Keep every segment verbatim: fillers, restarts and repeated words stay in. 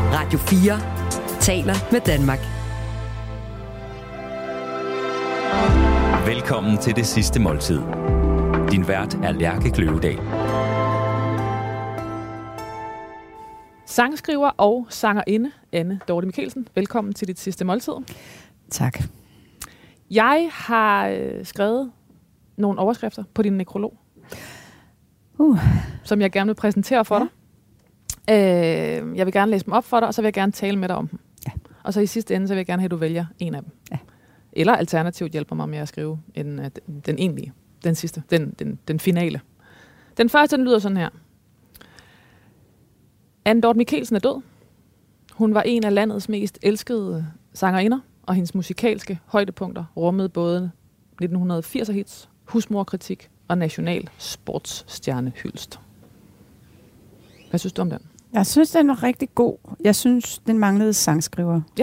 Radio fire taler med Danmark. Velkommen til Det Sidste Måltid. Din vært er Lærke Kløvedal. Sangskriver og sangerinde Anne Dorthe Michelsen. Velkommen til Dit Sidste Måltid. Tak. Jeg har øh, skrevet nogle overskrifter på din nekrolog, Uh. som jeg gerne vil præsentere for ja. dig. Øh, jeg vil gerne læse dem op for dig, og så vil jeg gerne tale med dig om dem. Ja. Og så i sidste ende, så vil jeg gerne have, at du vælger en af dem. Ja. Eller alternativt hjælper mig med at skrive en, uh, den, den egentlige, den sidste, den, den, den finale. Den første, den lyder sådan her. Anne Dorthe Michelsen er død. Hun var en af landets mest elskede sangerinder, og hendes musikalske højdepunkter rummede både nitten firser hits, husmorkritik og national sportsstjernehyldest. Hvad synes du om den? Jeg synes, den var rigtig god. Jeg synes, den manglede sangskriver. Ja.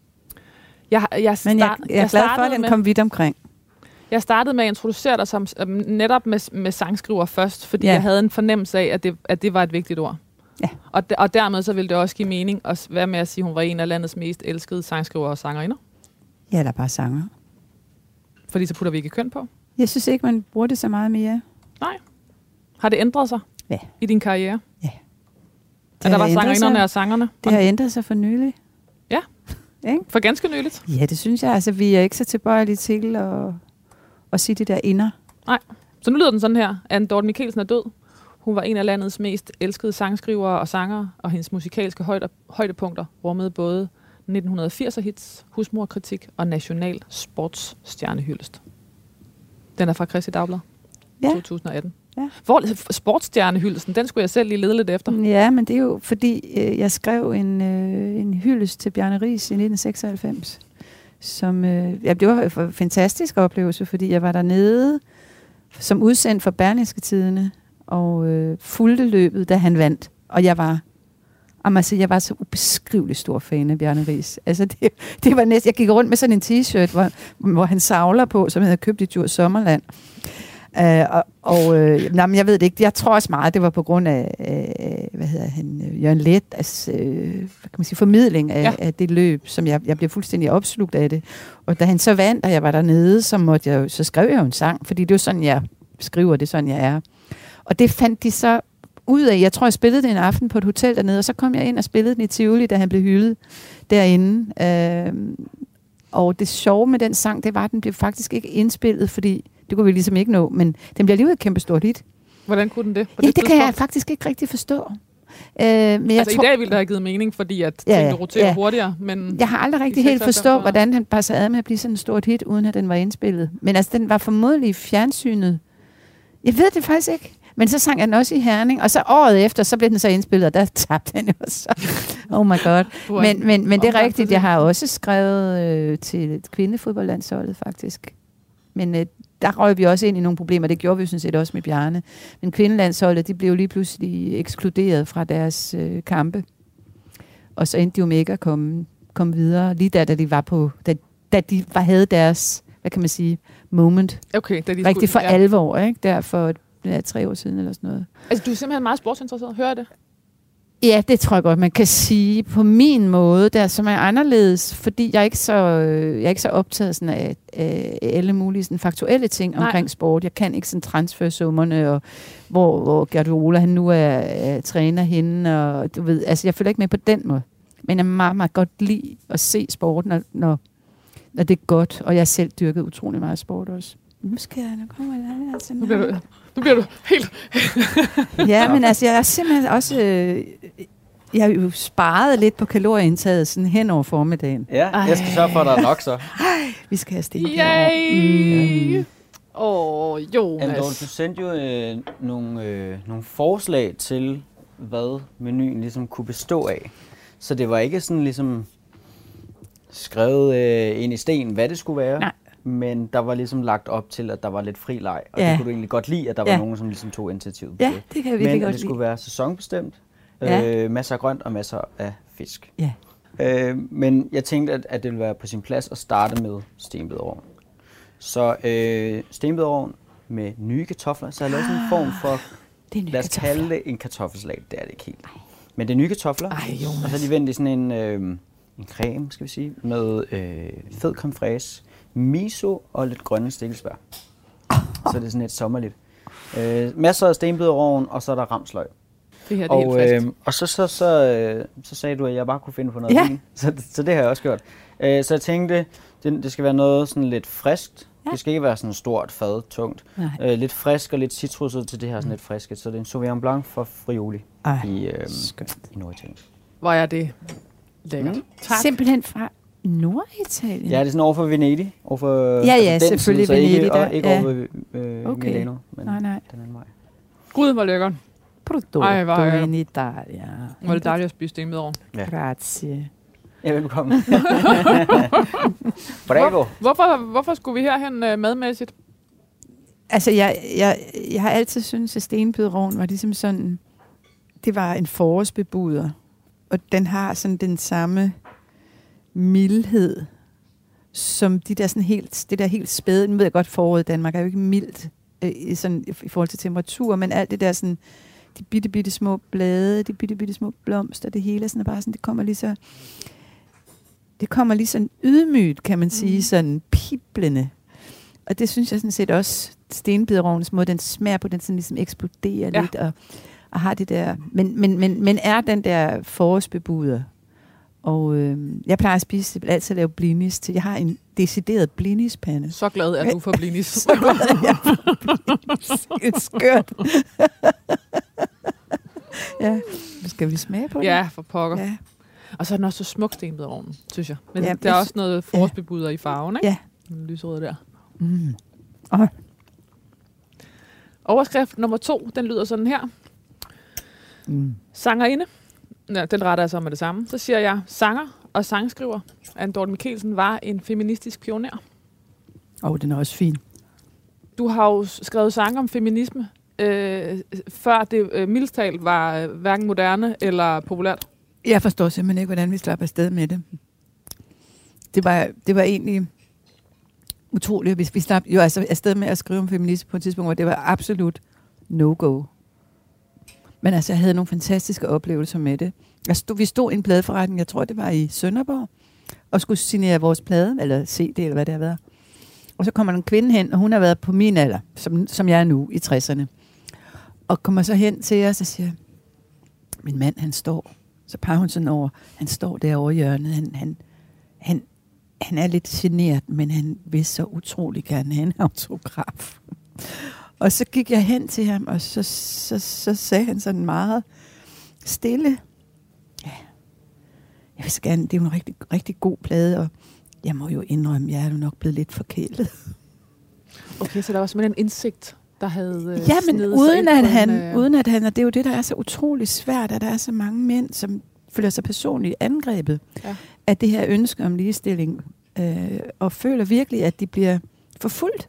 Jeg, jeg start, Men jeg, jeg er glad for, at den med, kom vidt omkring. Jeg startede med at introducere dig som, netop med, med sangskriver først, fordi ja. jeg havde en fornemmelse af, at det, at det var et vigtigt ord. Ja. Og, de, og dermed så ville det også give mening at være med at sige, at hun var en af landets mest elskede sangskriver og sangerinder. Ja, der er bare sanger. Fordi så putter vi ikke køn på. Jeg synes ikke, man bruger det så meget mere. Nej. Har det ændret sig ja. i din karriere? Ja. At der var sangerinderne og sangerne? Det har ændret sig for nylig. Ja. Ikke? For ganske nyligt? Ja, det synes jeg. Altså, vi er ikke så tilbøjelige til at, at sige det der inder. Nej. Så nu lyder den sådan her. Anne Dorthe Michelsen er død. Hun var en af landets mest elskede sangskrivere og sangere, og hendes musikalske højde, højdepunkter rummede både nitten firser hits, husmorkritik og national sportsstjernehyldest. Den er fra Kristeligt Dagblad, ja. to tusind atten. Ja. Hvor sportsstjernehyldesten, den skulle jeg selv lige lede lidt efter. Ja, men det er jo fordi, øh, jeg skrev en, øh, en hyldest til Bjarne Riis i nitten seksoghalvfems. Som, øh, ja, det var en fantastisk oplevelse, fordi jeg var dernede som udsendt for Berlingske Tidende, og øh, fulgte løbet, da han vandt. Og jeg var, altså, jeg var så ubeskriveligt stor fan af Bjarne Riis. Altså, det, det var næsten, jeg gik rundt med sådan en t-shirt, hvor, hvor han savler på, som jeg havde købt i Djurs Sommerland. Uh, og og øh, nej, men jeg ved det ikke. Jeg tror også meget, det var på grund af, øh, hvad hedder han, Jørgen Leth, altså, øh, hvad kan man sige, formidling af, ja. af det løb, som jeg, jeg blev fuldstændig opslugt af det. Og da han så vandt, og jeg var dernede, så, måtte jeg, så skrev jeg jo en sang, fordi det er jo sådan, jeg skriver, det sådan, jeg er. Og det fandt de så ud af. Jeg tror, jeg spillede det en aften på et hotel dernede, og så kom jeg ind og spillede den i Tivoli, da han blev hyldet derinde. Øh, og det sjove med den sang, det var, at den blev faktisk ikke indspillet, fordi det kunne vi ligesom ikke nå, men den bliver alligevel et kæmpe stort hit. Hvordan kunne den det? Ja, det, det kan jeg faktisk ikke rigtig forstå. Øh, men jeg altså tror, i dag ville det have givet mening, fordi at ja, tingene roterer ja. hurtigere. Men jeg har aldrig rigtig helt forstået, hvordan han passede ad med at blive sådan et stort hit, uden at den var indspillet. Men altså, den var formodentlig i fjernsynet. Jeg ved det faktisk ikke. Men så sang jeg den også i Herning, og så året efter, så blev den så indspillet, og der tabte han jo så. Oh my god. Men, men, men det er rigtigt, jeg har også skrevet øh, til kvindefodboldlandsholdet faktisk. Men øh, der røg vi også ind i nogle problemer. Det gjorde vi jo sådan set også med Bjarne. Men kvindelandsholdet, de blev lige pludselig ekskluderet fra deres øh, kampe. Og så endte de jo med ikke at komme, komme videre. Lige der, da de var på, da, da de var, havde deres, hvad kan man sige, moment. Okay, da de rigtig skulle, for ja. alvor, ikke? Der for ja, tre år siden eller sådan noget. Altså, du er simpelthen meget sportsinteresseret. Hører det? Ja, det tror jeg godt, man kan sige på min måde, der som er anderledes, fordi jeg er ikke så, jeg er ikke så optaget sådan af, af alle mulige sådan faktuelle ting Nej. omkring sport. Jeg kan ikke sådan transfersummerne, og hvor, hvor Guardiola han nu er, er træner henne, og du ved, altså jeg følger ikke med på den måde. Men jeg meget, meget godt lide at se sport, når, når, når det er godt, og jeg har selv dyrket utrolig meget sport også. Nu skal jeg, nu kommer jeg altså nu bliver du, nu bliver du helt... ja, men altså, jeg er simpelthen også... Øh, jeg har jo sparet lidt på kalorieindtaget sådan hen over formiddagen. Ja, Ej. jeg skal sørge for, at der er nok så. Ej, vi skal have sten. Yay! Åh, mm. oh, Jonas. Andor, du sendte jo øh, nogle, øh, nogle forslag til, hvad menuen ligesom kunne bestå af. Så det var ikke sådan ligesom skrevet øh, ind i sten, hvad det skulle være. Nej. Men der var ligesom lagt op til, at der var lidt fri leg. Og ja. det kunne du egentlig godt lide, at der ja. var nogen, som ligesom tog initiativet på ja, det. det kan jeg virkelig Men godt at det lide. skulle være sæsonbestemt. Ja. Øh, masser af grønt og masser af fisk. Ja. Øh, men jeg tænkte, at, at det ville være på sin plads at starte med stenbiderovn. Så øh, stenbiderovn med nye kartofler. Så jeg har lavet sådan en form for, lad os kalde det en kartoffelsalat. Det er det ikke helt. Men det er nye kartofler. Ej, Jonas. Og så er de vendt i sådan en, øh, en creme, skal vi sige, med øh, fed creme fraise, miso og lidt grønne stikkelsbær. Så det er sådan lidt sommerligt. Øh, masser af stenbiderrogn, og så er der ramsløg. Det her, det er Og, helt frisk. øh, og så, så, så, øh, så sagde du, at jeg bare kunne finde på noget Ja. vin. Så, så det har jeg også gjort. Øh, så jeg tænkte, det, det skal være noget sådan lidt friskt. Ja. Det skal ikke være sådan stort fad, tungt. Øh, lidt frisk og lidt citrusset til det her sådan lidt friske. Så det er en Sauvignon Blanc fra Friuli Ej, i, øh, skønt. i Norditalien. Hvor er det lækkert. Mm. Tak. Simpelthen fra Norditalien? Ja, det er sådan over for Venedig. Over for, Ja, ja, den selvfølgelig side, så ikke, Venedig der, og ikke ja. over ved øh, Okay. Milano, men Nej, nej. den anden vej. Gud, hvor lækkert. Prodotto Ej, hvor er- in Italia. Hvor er det dejligt at spise stenbiderrogn. Ja. Grazie. Ja, velkommen. Prego. Hvor, hvorfor, hvorfor skulle vi herhen uh, madmæssigt? Altså, jeg, jeg, jeg har altid syntes, at stenbiderrogn var ligesom sådan, det var en forårsbebuder, og den har sådan den samme mildhed, som de der sådan helt, det der helt spæde, nu ved jeg godt, foråret i Danmark er jo ikke mildt øh, i, sådan, i forhold til temperatur, men alt det der sådan, de bitte, bitte små blade, de bitte, bitte små blomster, det hele er sådan bare sådan, det kommer lige så, det kommer lige sådan ydmygt, kan man sige, Mm. sådan piblende. Og det synes jeg sådan set også, stenbiderrovnens måde, den smager på, den sådan ligesom eksploderer Ja. lidt, og, og har det der, men, men, men, men er den der forårsbebuder. Og øh, jeg plejer at spise, altid at lave blinis til. Jeg har en decideret blinispande. Så glad er du for blinis. Så glad er jeg for blinis. Det er skørt. Ja, skal vi smage på det? Ja, for pokker. Ja. Og så er den også så smuk stenbiderrognen, synes jeg. Men Ja, ja, der er jeg også noget forårsbebuder i farven, ikke? Ja. Den lyserøde der. Mm. Oh. Overskrift nummer to, den lyder sådan her. Mm. Sangerinde. Ja, den retter jeg så med det samme. Så siger jeg, sanger og sangskriver Anne Dorthe Michelsen var en feministisk pioner. Oh, den er også fin. Du har jo skrevet sange om feminisme, øh, før det øh, mildest talt var øh, hverken moderne eller populært. Jeg forstår simpelthen ikke, hvordan vi slapper afsted med det. Det var, det var egentlig utroligt, hvis vi slap jo altså afsted med at skrive om feminisme på et tidspunkt, hvor det var absolut no-go. Men altså, jeg havde nogle fantastiske oplevelser med det. Jeg stod, vi stod i en pladeforretning, jeg tror, det var i Sønderborg, og skulle signere vores plade, eller C D, eller hvad det har været. Og så kommer en kvinde hen, og hun har været på min alder, som, som jeg er nu, i tresserne. Og kommer så hen til os og siger, min mand, han står. Så peger hun sådan over, han står derovre i hjørnet, han, han, han, han er lidt genert, men han vil så utrolig gerne have en autograf. Og så gik jeg hen til ham, og så, så, så sagde han sådan meget stille, ja, jeg vil så gerne, det er jo en rigtig, rigtig god plade, og jeg må jo indrømme, jeg er jo nok blevet lidt forkælet. Okay, så der var simpelthen en indsigt, der havde øh, Ja, men snedet sig uden ind at, på en, han, øh, uden at han, og det er jo det, der er så utrolig svært, at der er så mange mænd, som føler sig personligt angrebet Ja. af det her ønske om ligestilling, øh, og føler virkelig, at de bliver forfulgt.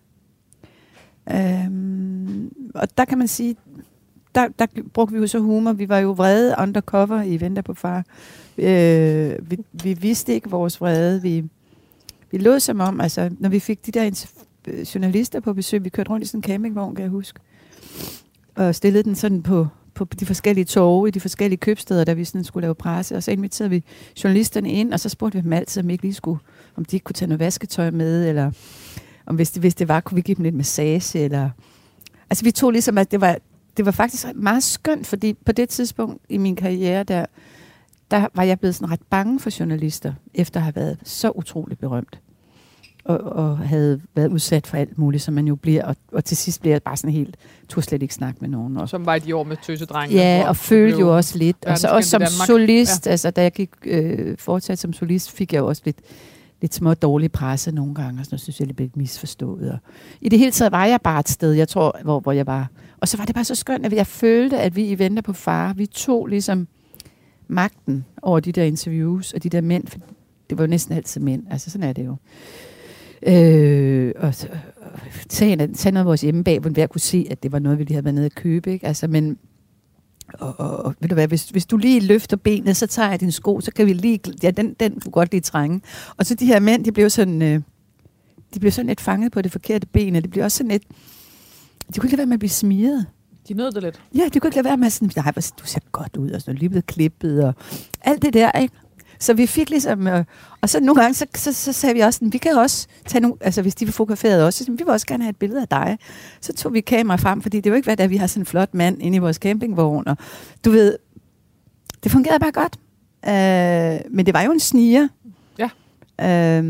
Øhm, og der kan man sige, der, der brugte vi jo så humor. Vi var jo vrede undercover i Venter på far. Øh, vi, vi vidste ikke vores vrede. Vi, vi lod som om, altså, når vi fik de der inter- journalister på besøg, vi kørte rundt i sådan en campingvogn, kan jeg huske, og stillede den sådan på, på de forskellige torve i de forskellige købsteder, der vi sådan skulle lave presse, og så inviterede vi journalisterne ind, og så spurgte vi dem altid, om, ikke lige skulle, om de ikke kunne tage noget vasketøj med, eller om hvis det, hvis det var, kunne vi give dem lidt massage, eller... Altså vi tog ligesom, at det var, det var faktisk meget skønt, fordi på det tidspunkt i min karriere, der, der var jeg blevet sådan ret bange for journalister, efter at have været så utroligt berømt. Og, og havde været udsat for alt muligt, som man jo bliver. Og, og til sidst blev jeg bare sådan helt, tog slet ikke snakke med nogen. Og, som var et år med tøsedrengene. ja, hvor og du følte blev jo også lidt. Og så verdenskendt også som i Danmark. solist, ja. Altså da jeg gik øh, fortsat som solist, fik jeg jo også lidt, lidt små dårlige presse nogle gange, og sådan noget, synes jeg, det blev misforstået. Og i det hele taget var jeg bare et sted, jeg tror, hvor, hvor jeg var. Og så var det bare så skønt, at jeg følte, at vi i Venter på far, vi tog ligesom magten over de der interviews, og de der mænd, for det var jo næsten altid mænd, altså sådan er det jo. Øh, og så, tage noget af vores hjemmebag, hvor vi kunne se, at det var noget, vi lige havde været nede at købe, ikke? Altså, men og, og, og ved du hvad, hvis, hvis du lige løfter benet, så tager jeg din sko, så kan vi lige, ja, den, den kunne godt lige trænge. Og så de her mænd, de blev sådan, øh, de blev sådan lidt fanget på det forkerte ben, og det blev også sådan lidt, de kunne ikke lade være med at blive smiret. De De nød det lidt. Ja, de kunne ikke lade være med sådan, nej, du ser godt ud, og sådan lige blevet klippet, og alt det der, ikke? Så vi fik ligesom, øh, og så nogle gange, så, så, så sagde vi også, vi kan også tage nogle, altså hvis de vil fotografere os, så vi vil også gerne have et billede af dig. Så tog vi kamera frem, fordi det er jo ikke hvad, der vi har sådan en flot mand inde i vores campingvogn, og du ved, det fungerede bare godt. Øh, men det var jo en sniger. Ja. Øh,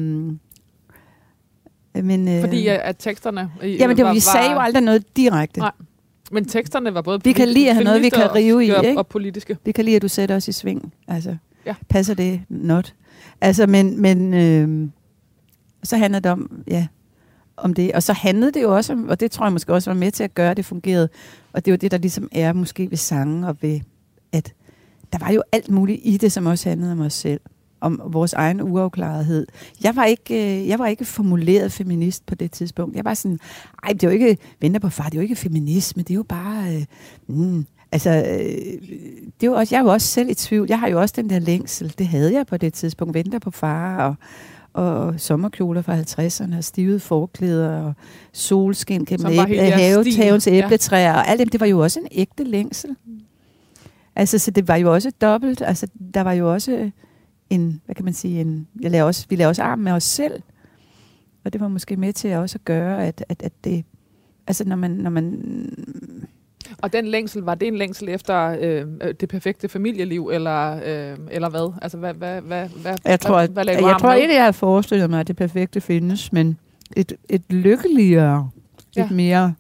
men, øh, fordi at, at teksterne... Øh, jamen, det, var, vi sagde var, jo aldrig noget direkte. Nej. Men teksterne var både vi kan lide at have noget, vi kan rive i, ikke? Og politiske. Vi kan lide, at du sætter os i sving. Altså, ja. Passer det not? Altså, men, men øh, så handlede det om, ja, om det. Og så handlede det jo også om, og det tror jeg måske også var med til at gøre, at det fungerede. Og det er jo det, der ligesom er måske ved sangen, og ved, at der var jo alt muligt i det, som også handlede om os selv. Om vores egen uafklarethed. Jeg var ikke, jeg var ikke formuleret feminist på det tidspunkt. Jeg var sådan, ej, det er jo ikke venter på far, det er jo ikke feminisme, det er jo bare, øh, mm, altså, øh, det er jo også, jeg er jo også selv i tvivl. Jeg har jo også den der længsel, det havde jeg på det tidspunkt, venter på far, og, og sommerkjoler fra halvtredserne, og stivede forklæder, og solskin gennem havetavens æbletræer, og alt det, det var jo også en ægte længsel. Altså, så det var jo også dobbelt, altså, der var jo også en, hvad kan man sige, en, jeg laver også, vi laver også arm med os selv, og det var måske med til også at gøre, at, at, at det, altså når man, når man... Og den længsel, var det en længsel efter øh, det perfekte familieliv, eller, øh, eller hvad? Altså, hvad, hvad, hvad, hvad, jeg tror, hvad, hvad jeg, jeg tror ikke, jeg har forestillet mig, at det perfekte findes, men et, et lykkeligere, ja. Et mere...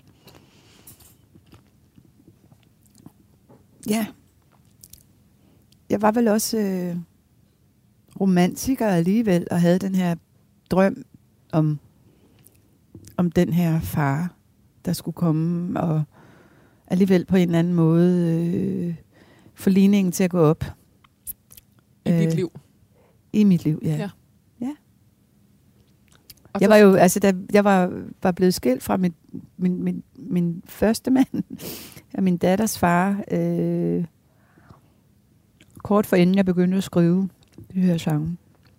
Ja. Jeg var vel også... Øh, romantiker alligevel, og havde den her drøm om, om den her far, der skulle komme, og alligevel på en eller anden måde øh, få ligningen til at gå op. I øh, dit liv? I mit liv, ja. ja. ja. Jeg var jo, altså, da jeg var, var blevet skilt fra min, min, min, min første mand, af min datters far, øh, kort forinden jeg begyndte at skrive det her sange.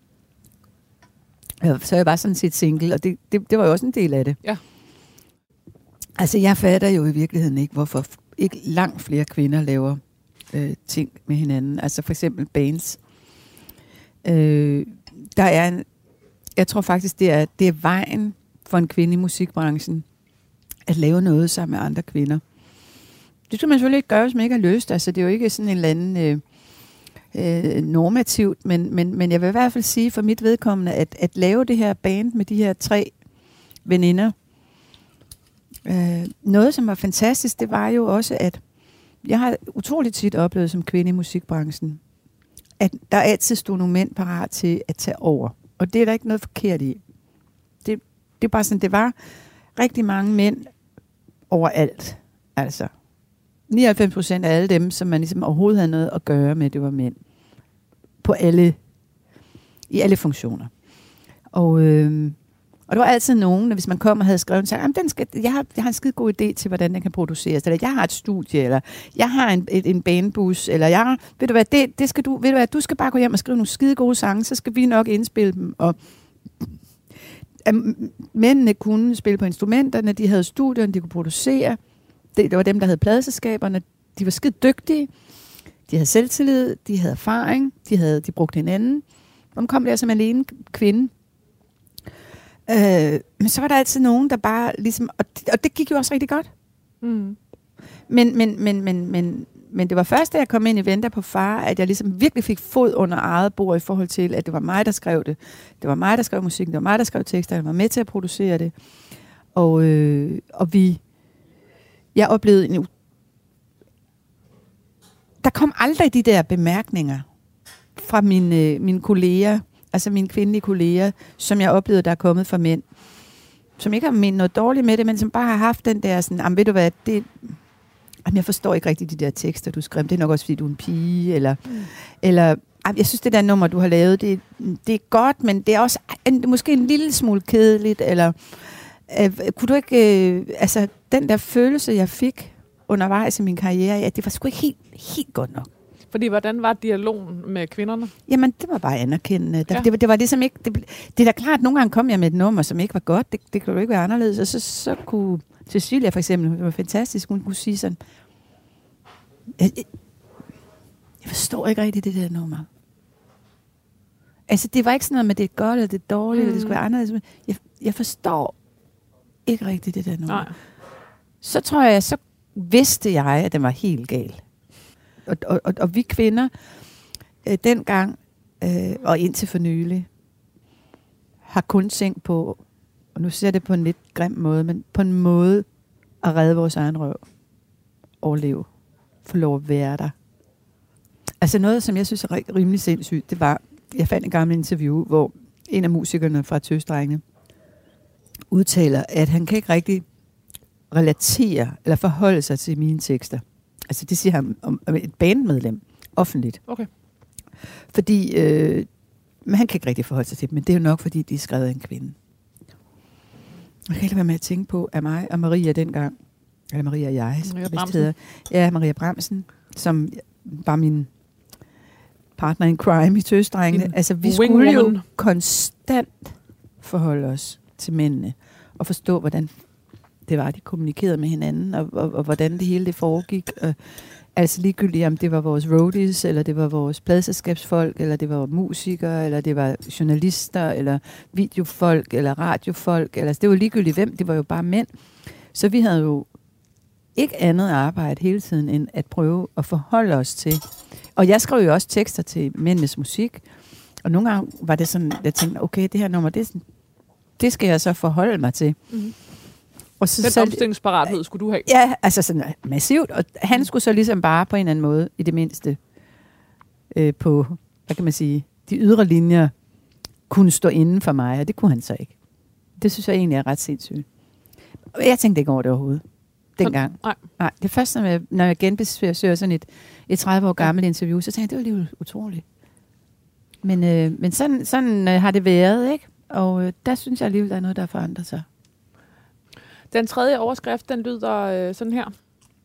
Ja, så er jeg bare sådan set single, og det, det, det var jo også en del af det. Ja. Altså, jeg fatter jo i virkeligheden ikke, hvorfor ikke langt flere kvinder laver øh, ting med hinanden. Altså for eksempel bands. Øh, der er en, jeg tror faktisk, det er, det er vejen for en kvinde i musikbranchen, at lave noget sammen med andre kvinder. Det skal man selvfølgelig ikke gøre, hvis man ikke har lyst. Altså, det er jo ikke sådan en eller anden... Øh, Øh, normativt, men, men, men jeg vil i hvert fald sige for mit vedkommende, at, at lave det her band med de her tre veninder, øh, noget som var fantastisk, det var jo også, at jeg har utroligt tit oplevet som kvinde i musikbranchen, at der altid stod nogle mænd parat til at tage over. Og det er der ikke noget forkert i. Det, det er bare sådan, det var rigtig mange mænd overalt. Altså nioghalvfems procent af alle dem, som man ligesom overhovedet havde noget at gøre med, det var mænd. På alle, i alle funktioner. Og, øh, og der var altid nogen, hvis man kom og havde skrevet, så den skal, jeg, har, jeg har en skide god idé til, hvordan den kan produceres, eller jeg har et studie, eller jeg har en, et, en bandbus, eller jeg, ved du hvad, det, det skal du, ved du hvad, du skal bare gå hjem og skrive nogle skide gode sange, så skal vi nok indspille dem, og at mændene kunne spille på instrumenterne, de havde studierne, de kunne producere. Det, det var dem, der havde pladeselskaberne. De var skide dygtige. De havde selvtillid, de havde erfaring, de havde de brugte hinanden. De kom der som alene kvinde. Øh, men så var der altid nogen, der bare ligesom... Og det, og det gik jo også rigtig godt. Mm. Men, men, men, men, men, men det var først, da jeg kom ind i Venter på far, at jeg ligesom virkelig fik fod under eget bord i forhold til, at det var mig, der skrev det. Det var mig, der skrev musikken. Det var mig, der skrev tekster. Jeg var med til at producere det. Og, øh, og vi... Jeg oplevede en... Der kom aldrig de der bemærkninger fra mine, mine kolleger, altså mine kvindelige kolleger, som jeg oplevede, der er kommet fra mænd. Som ikke har ment noget dårligt med det, men som bare har haft den der sådan, jamen ved du hvad, det... Jamen, jeg forstår ikke rigtig de der tekster, du skrev. Det er nok også, fordi du er en pige, eller... Mm. eller jeg synes, det der nummer, du har lavet, det, det er godt, men det er også en, måske en lille smule kedeligt, eller... Øh, kunne du ikke... Øh, altså, den der følelse, jeg fik undervejs i min karriere, at det var sgu ikke helt, helt godt nok. Fordi, hvordan var dialogen med kvinderne? Jamen, det var bare anerkendende. Ja. Det, det, det var ligesom ikke... Det, det er da klart, at nogle gange kom jeg med et nummer, som ikke var godt. Det, det kunne jo ikke være anderledes. Og så, så kunne Cecilia for eksempel, det var fantastisk, hun kunne sige sådan, Jeg, jeg forstår ikke rigtig det der nummer. Altså, det var ikke sådan noget med, det er godt, eller det er dårligt, mm. eller det skulle være anderledes. Jeg, jeg forstår ikke rigtig det der nummer. Nej. Så tror jeg, så vidste jeg, at den var helt gal. Og, og, og, og vi kvinder, øh, dengang, øh, og indtil for nylig, har kun tænkt på, og nu ser jeg det på en lidt grim måde, men på en måde at redde vores egen røv. Overleve. Få lov at være der. Altså noget, som jeg synes er rimelig sindssygt, det var, jeg fandt en gammel interview, hvor en af musikerne fra Tøsdrengene udtaler, at han kan ikke rigtig relatere eller forholde sig til mine tekster. Altså det siger han om, om et bandmedlem, offentligt. Okay. Fordi, øh, men han kan ikke rigtig forholde sig til dem, men det er jo nok, fordi de er skrevet af en kvinde. Jeg kan ikke være med at tænke på, at mig og Maria dengang, eller Maria og jeg, som Maria vist hedder, ja, Maria Bramsen, som var min partner in crime i Tøsdrengene. Altså, vi skulle jo konstant forholde os til mændene, og forstå, hvordan det var, de kommunikerede med hinanden, og, og, og hvordan det hele det foregik. Og, altså ligegyldigt, om det var vores roadies, eller det var vores pladselskabsfolk, eller det var musikere, eller det var journalister, eller videofolk, eller radiofolk. Eller, det var ligegyldigt hvem, det var jo bare mænd. Så vi havde jo ikke andet arbejde hele tiden, end at prøve at forholde os til. Og jeg skrev jo også tekster til mændenes musik, og nogle gange var det sådan, jeg tænkte, okay, det her nummer, det, det skal jeg så forholde mig til. Mm-hmm. Og så, Den så, omstillingsparathed skulle du have. Ja, altså sådan massivt. Og han skulle så ligesom bare på en eller anden måde, i det mindste, øh, på, hvad kan man sige, de ydre linjer, kunne stå inden for mig, og det kunne han så ikke. Det synes jeg egentlig er ret sindssygt. Og jeg tænkte ikke over det overhovedet. Dengang. Nej. Nej. Det første, når jeg, når jeg genbesøger sådan et, et tredive år gammelt interview, så tænkte jeg, det var alligevel utroligt. Men, øh, men sådan, sådan øh, har det været, ikke? Og øh, der synes jeg alligevel, der er noget, der forandrer sig. Den tredje overskrift, den lyder øh, sådan her.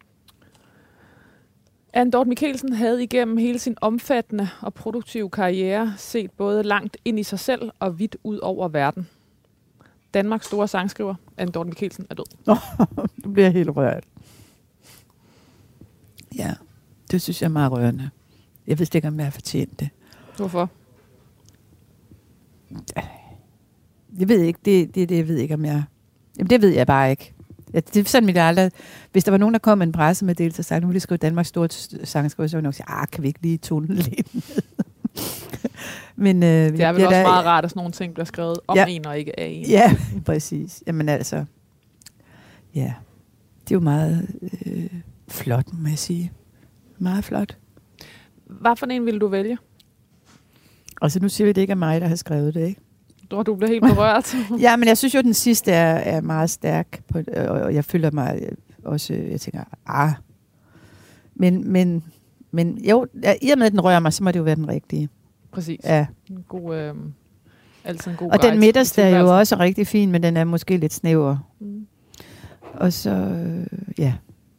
Anne Dorthe Michelsen havde igennem hele sin omfattende og produktive karriere set både langt ind i sig selv og vidt ud over verden. Danmarks store sangskriver, Anne Dorthe Michelsen, er død. Nu bliver jeg helt rørt. Ja, det synes jeg er meget rørende. Jeg vidste ikke, om jeg har fortjent det. Hvorfor? Jeg ved ikke, det, det, det jeg ved ikke, om jeg... Jamen, det ved jeg bare ikke. Ja, det er sådan, mit aldrig... Hvis der var nogen, der kom med en pressemeddelelse og sagde, nu vil de skrive Danmarks store sangskriver, så ville jeg nok sige, ah, kan vi ikke lige tone den lidt ned? Men, øh, det er vel også der, meget rart, at sådan nogle ting bliver skrevet om ja, en og ikke af en. Ja, præcis. Jamen altså, ja, det er jo meget øh, flot, må jeg sige. Meget flot. Hvad for en ville du vælge? Altså nu siger vi, det ikke er mig, der har skrevet det, ikke? Du, du bliver helt berørt. Ja, men jeg synes jo, den sidste er, er meget stærk, på, og jeg føler mig også, jeg tænker, ah. Men, men, men jo, i og med, at den rører mig, så må det jo være den rigtige. Præcis. Ja. En god, øh, altid en god og den midterste er jo også rigtig fin, men den er måske lidt snæver. Mm. Og så, øh, ja.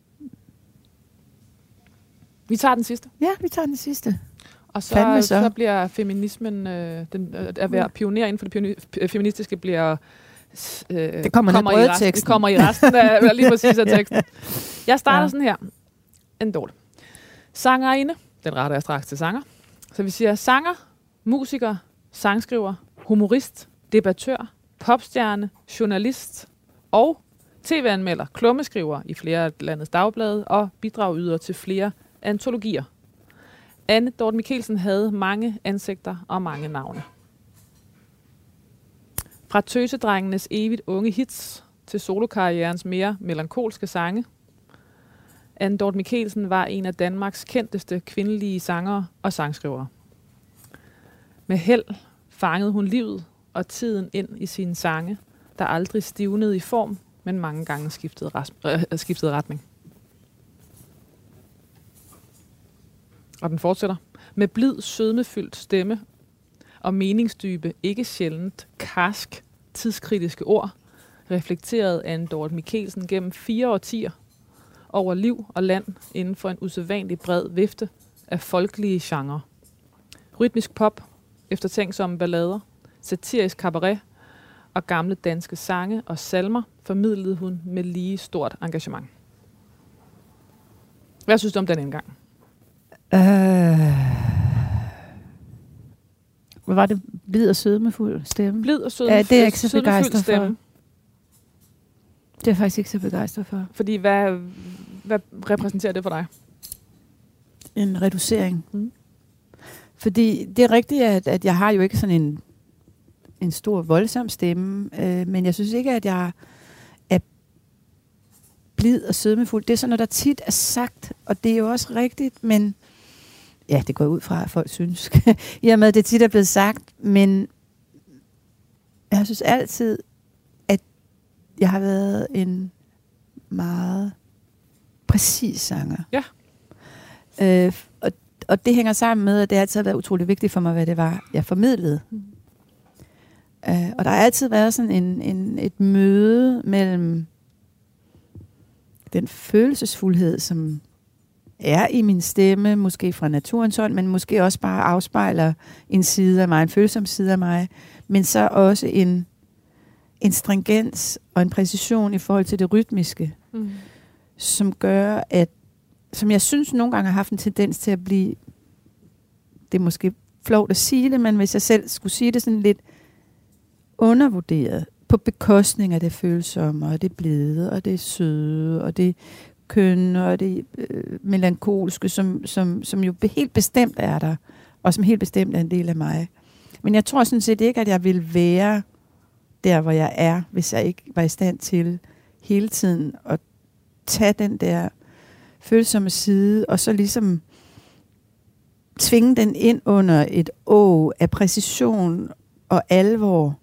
Vi tager den sidste. Ja, vi tager den sidste. Og så, så. så bliver feminismen, øh, den, øh, at være pioner inden for det pioni- feministiske, bliver... Øh, det kommer, kommer, i resten, det kommer i resten af lige præcis af teksten. Jeg starter ja. sådan her. En dårlig. Sangerinde, den retter jeg straks til sanger. Så vi siger sanger, musiker, sangskriver, humorist, debattør, popstjerne, journalist og tv-anmelder, klummeskriver i flere af landets dagblade og bidragyder til flere antologier. Anne Dorthe Michelsen havde mange ansigter og mange navne. Fra tøsedrengenes evigt unge hits til solokarrierens mere melankolske sange. Anne Dorthe Michelsen var en af Danmarks kendteste kvindelige sangere og sangskrivere. Med held fangede hun livet og tiden ind i sine sange, der aldrig stivnede i form, men mange gange skiftede, ras- øh, skiftede retning. Og den fortsætter. Med blid, sødmefyldt stemme og meningsdybe, ikke sjældent karsk, tidskritiske ord, reflekterede Anne Dorthe Michelsen gennem fire årtier over liv og land inden for en usædvanlig bred vifte af folkelige genrer. Rytmisk pop, eftertænksomme ballader, satirisk cabaret og gamle danske sange og salmer formidlede hun med lige stort engagement. Hvad synes du om den indgang? Øh, hvad var det? Blid og sødmefuld stemme? Blid og sødmefuld, ja, det er jeg ikke så begejstret for. Stemme. Det er jeg faktisk ikke så begejstret for. Fordi hvad, hvad repræsenterer det for dig? En reducering. Mm. Fordi det er rigtigt, at, at jeg har jo ikke sådan en, en stor, voldsom stemme, øh, men jeg synes ikke, at jeg er blid og sødmefuld. Det er sådan noget, der tit er sagt, og det er jo også rigtigt, men ja, det går ud fra, at folk synes, i og med, at det tit er blevet sagt, men jeg synes altid, at jeg har været en meget præcis sanger. Ja. Øh, og, og det hænger sammen med, at det altid har været utrolig vigtigt for mig, hvad det var, jeg formidlede. Mm. Øh, og der har altid været sådan en, en, et møde mellem den følelsesfuldhed, som er i min stemme, måske fra naturens hånd, men måske også bare afspejler en side af mig, en følsom side af mig, men så også en, en stringens og en præcision i forhold til det rytmiske, mm. som gør, at som jeg synes nogle gange har haft en tendens til at blive, det er måske flovt at sige det, men hvis jeg selv skulle sige det sådan lidt undervurderet, på bekostning af det følsomme, og det blide, og det søde, og det kønne, og det øh, melankolske, som, som, som jo helt bestemt er der, og som helt bestemt er en del af mig. Men jeg tror sådan set ikke, at jeg vil være der, hvor jeg er, hvis jeg ikke var i stand til hele tiden at tage den der følsomme side, og så ligesom tvinge den ind under et å af præcision og alvor,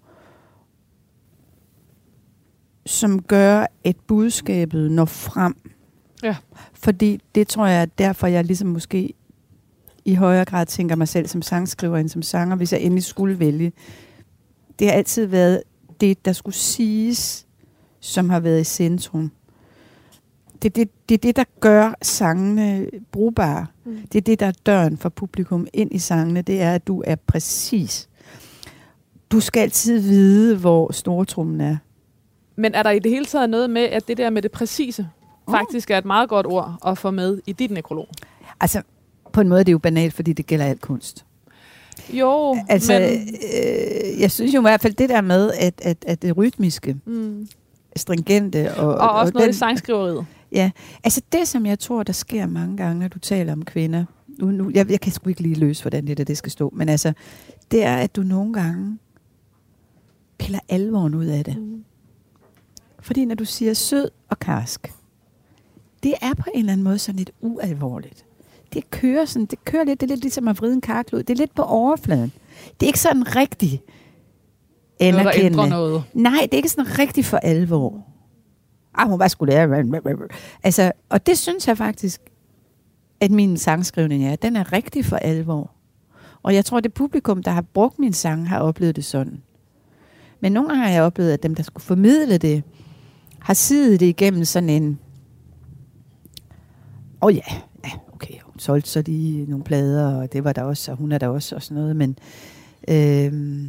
som gør, at budskabet når frem. Ja. Fordi det tror jeg, at derfor jeg ligesom måske i højere grad tænker mig selv som sangskriver end som sanger, hvis jeg endelig skulle vælge. Det har altid været det, der skulle siges, som har været i centrum. Det er det, det, er det der gør sangene brugbare. Mm. Det er det, der er døren for publikum ind i sangene. Det er, at du er præcis. Du skal altid vide, hvor stortrummen er. Men er der i det hele taget noget med, at det der med det præcise mm. faktisk er et meget godt ord at få med i dit nekrolog? Altså, på en måde er det jo banalt, fordi det gælder alt kunst. Jo, altså, men... øh, jeg synes jo i hvert fald det der med, at, at, at det rytmiske, mm. stringente... Og, og også og noget den, i sangskriveriet. Ja, altså det, som jeg tror, der sker mange gange, når du taler om kvinder, nu, nu, jeg, jeg kan sgu ikke lige løse, hvordan det der det skal stå, men altså, det er, at du nogle gange piller alvoren ud af det. Mm. Fordi når du siger sød og karsk, det er på en eller anden måde sådan lidt ualvorligt. Det kører sådan, det kører lidt, det er lidt ligesom at vride en karklud. Det er lidt på overfladen. Det er ikke sådan rigtig anerkendende. Noget, noget. Nej, det er ikke sådan rigtig for alvor. Ah, hun var sgu der. Altså, og det synes jeg faktisk, at min sangskrivning er. Den er rigtig for alvor. Og jeg tror, det publikum, der har brugt min sang, har oplevet det sådan. Men nogle gange har jeg oplevet, at dem, der skulle formidle det, har siddet det igennem sådan en... Åh oh ja, ja, okay, hun solgte så lige nogle plader, og det var der også, og hun er der også, og sådan noget, men... Øhm,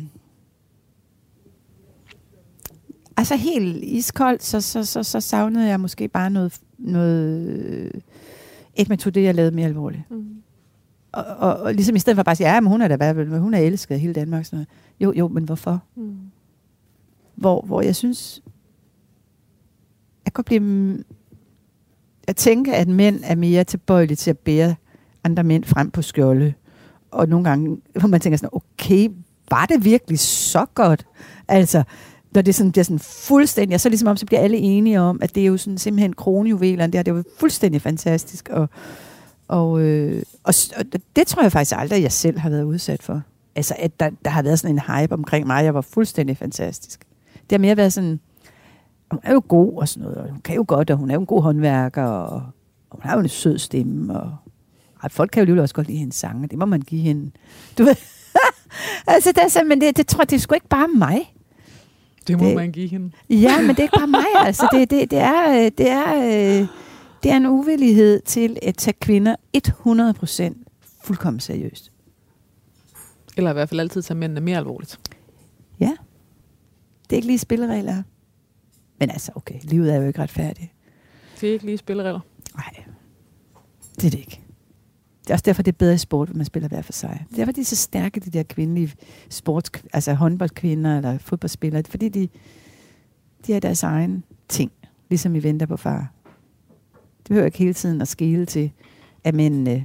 altså helt iskoldt, så, så, så, så savnede jeg måske bare noget... noget et metode, jeg lavede mere alvorligt. Mm. Og, og, og ligesom i stedet for bare at sige, ja, men hun er der, men hun er elsket af hele Danmark. Sådan noget. Jo, jo, men hvorfor? Mm. Hvor, hvor jeg synes, jeg kan blive... Jeg tænker, at mænd er mere tilbøjelige til at bære andre mænd frem på skjolde. Og nogle gange, hvor man tænker sådan, okay, var det virkelig så godt? Altså, når det sådan, bliver sådan fuldstændig, og så ligesom om, så bliver alle enige om, at det er jo sådan simpelthen kronjuvelerne, det er jo fuldstændig fantastisk. Og, og, øh, og, og det tror jeg faktisk aldrig, jeg selv har været udsat for. Altså, at der, der har været sådan en hype omkring mig, jeg var fuldstændig fantastisk. Det har mere været sådan, hun er jo god og sådan noget, og hun kan jo godt, og hun er jo en god håndværker, og, og hun har jo en sød stemme, og, og folk kan jo lige også godt lide hendes sange, det må man give hende. Du ved, altså, det er så, men det, det tror jeg, det er sgu ikke bare mig. Det må det, man give hende. Ja, men det er ikke bare mig, altså. Det, det, det, er, det, er, det er en uvillighed til at tage kvinder hundrede procent fuldkommen seriøst. Eller i hvert fald altid tage mændene mere alvorligt. Ja. Det er ikke lige spilleregler. Men altså, okay, livet er jo ikke retfærdigt. Det er ikke lige spilleregler. Nej. Det er det ikke. Det er også derfor, det er bedre i sport, når man spiller hver for sig. Det er derfor, de er så stærke, de der kvindelige sports, altså håndboldkvinder eller fodboldspillere. Det er fordi, de, de har deres egen ting, ligesom vi venter på far. Det behøver ikke hele tiden at skele til, at mændene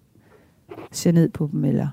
ser ned på dem, eller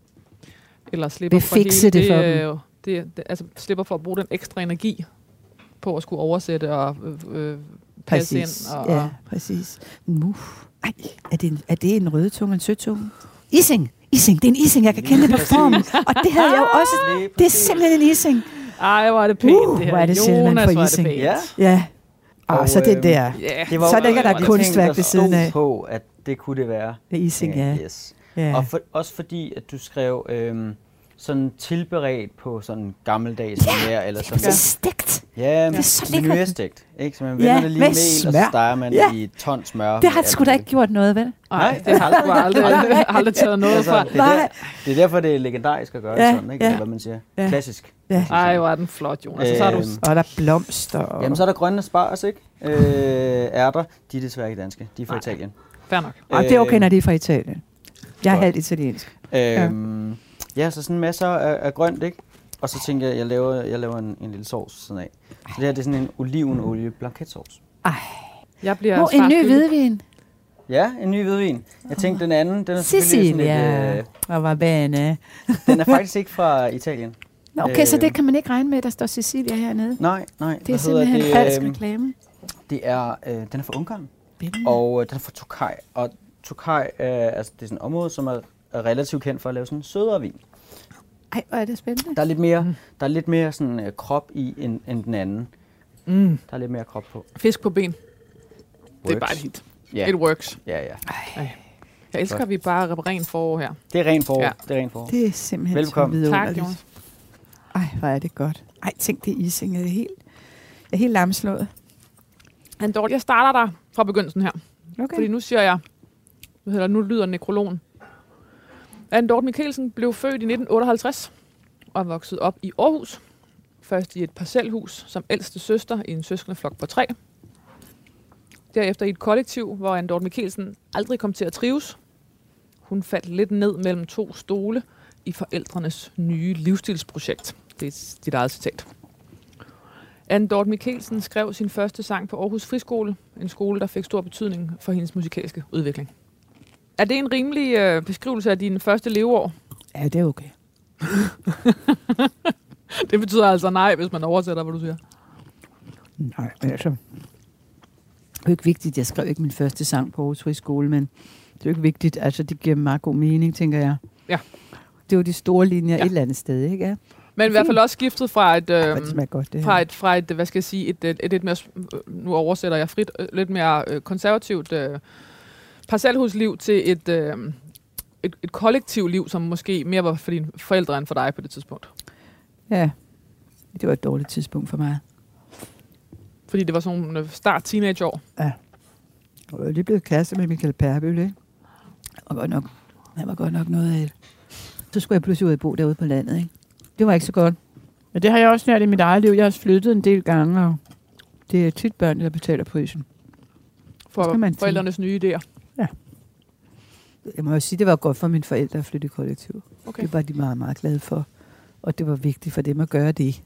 Eller slipper for hele det, det for det, dem. det, det, altså slipper for at bruge den ekstra energi på at skulle oversætte og øh, øh, passe præcis. ind. Og, Ja, og præcis. Nu. Ej, er det en, er det en rødtunge, en sødtunge? Ising! Ising, det er en ising, jeg kan kende det på formen. Og det havde jeg jo også. Det er simpelthen en ising. Ej, hvor er det pænt, Uh, det her. hvor er det sjældent Jonas, for hvor er det ising. pænt. Ja. Ja. Og, og så det der. Yeah. Det var Så jo ligger der en et kunstværk ting, ved siden af. Der stod på, at det kunne det være. Det er ising, ja. Yes. Ja. Og for, også fordi, at du skrev øhm, sådan tilberedt på sådan gammeldags Ja, mere, eller det sådan er så stegt. Ja, Det er så lækkert. mørestegt, ikke? Så man vender Ja, det lige med med mel, og smør. så steger man Ja. i et ton smør. Det har med sgu da alt ikke gjort noget, vel? Nej, det har jeg aldrig, aldrig, aldrig taget noget Altså, fra. det, er der, det er derfor, det er legendarisk at gøre Ja, det sådan, ikke? ja. Eller hvad man siger. Ja. Klassisk. Ja. Ej, hvor er den flot, Jonas. Så har du... Øhm, Og der er blomster. Og Jamen, så er der grønne spars, ikke? Øh, ærter, de er desværre ikke danske. De er fra Nej. Italien. Fair nok. og det er okay, når det er fra Italien. Jeg er Godt. halvt italiensk. Øhm, ja, så sådan masser af, af grønt, ikke? Og så tænker jeg, jeg laver, jeg laver en, en lille sovs sådan af. Så det her, det er sådan en olivenolie blanketsovs. Ej. Jeg bliver Hvor en ny svarskyldig. hvidvin. Ja, en ny hvidvin. Jeg tænkte, den anden, den er selvfølgelig sådan Sicilia. lidt, Og var bane. øh, den er faktisk ikke fra Italien. Nå, okay, så Øh, det kan man ikke regne med, der står Sicilia hernede. Nej, nej. Det er hvad simpelthen hedder falsk øhm, reklame. Det er, øh, den er fra Ungarn, Spændende. og øh, den er fra Tokaj. Og Tokaj, øh, altså det er sådan et område, som er, er relativt kendt for at lave sådan en sødere vin. Ej, hvor er det spændende. Der er lidt mere, der er lidt mere sådan øh, krop i end, end den anden. Mm. Der er lidt mere krop på. Fisk på ben. Det er Works. bare et hit. Ja, It works. ja, ja. Jeg elsker, Godt. at vi bare er ren forår her. Det er rent forår. Ja. Det er rent forår. Det er simpelthen Velbekomme. så vidunderligt. Tak, Jonas. Ej, hvor er det godt. Ej, tænk det ising. Jeg er helt, jeg er helt lamslået. Andor, jeg starter der fra begyndelsen her. Okay. Fordi nu siger jeg, eller nu lyder nekrologen. Anne Dorthe Michelsen blev født i nitten otteoghalvtreds og voksede op i Aarhus. Først i et parcelhus som ældste søster i en søskendeflok på tre. Derefter i et kollektiv, hvor Anne Dorthe Michelsen aldrig kom til at trives. Hun faldt lidt ned mellem to stole i forældrenes nye livsstilsprojekt. Det er dit eget citat. Anne Dorthe Michelsen skrev sin første sang på Aarhus Friskole, en skole, der fik stor betydning for hendes musikalske udvikling. Er det en rimelig øh, beskrivelse af dine første leveår? Ja, det er okay. Det betyder altså nej, hvis man oversætter, hvad du siger. Nej, men altså... Det er jo ikke vigtigt. Jeg skrev ikke min første sang på Aarhus Friskole, men det er jo ikke vigtigt. Altså, det giver meget god mening, tænker jeg. Ja. Det er jo de store linjer Ja. et eller andet sted, ikke? Ja. Men i hvert fald også skiftet fra et, øh, Det smager godt, det her. fra et, fra et, hvad skal jeg sige, et, et, et lidt mere, nu oversætter jeg frit, øh, lidt mere øh, konservativt øh, parcelhusliv til et, øh, et, et kollektivt liv, som måske mere var for dine forældre end for dig på det tidspunkt. Ja, det var et dårligt tidspunkt for mig. Fordi det var sådan nogle start teenageår. Jeg var lige blevet kæreste med Michael Perbøl, ikke? Og godt nok, han var godt nok noget af det. Så skulle jeg pludselig ud og bo derude på landet, ikke? Det var ikke så godt. Men det har jeg også lært i mit eget liv. Jeg har flyttet en del gange, og det er tit børn, der betaler prisen. For Skal man sige. forældrenes nye idéer. Jeg må jo sige, det var godt for mine forældre at flytte i kollektiv. Okay. Det var de meget, meget glade for. Og det var vigtigt for dem at gøre det.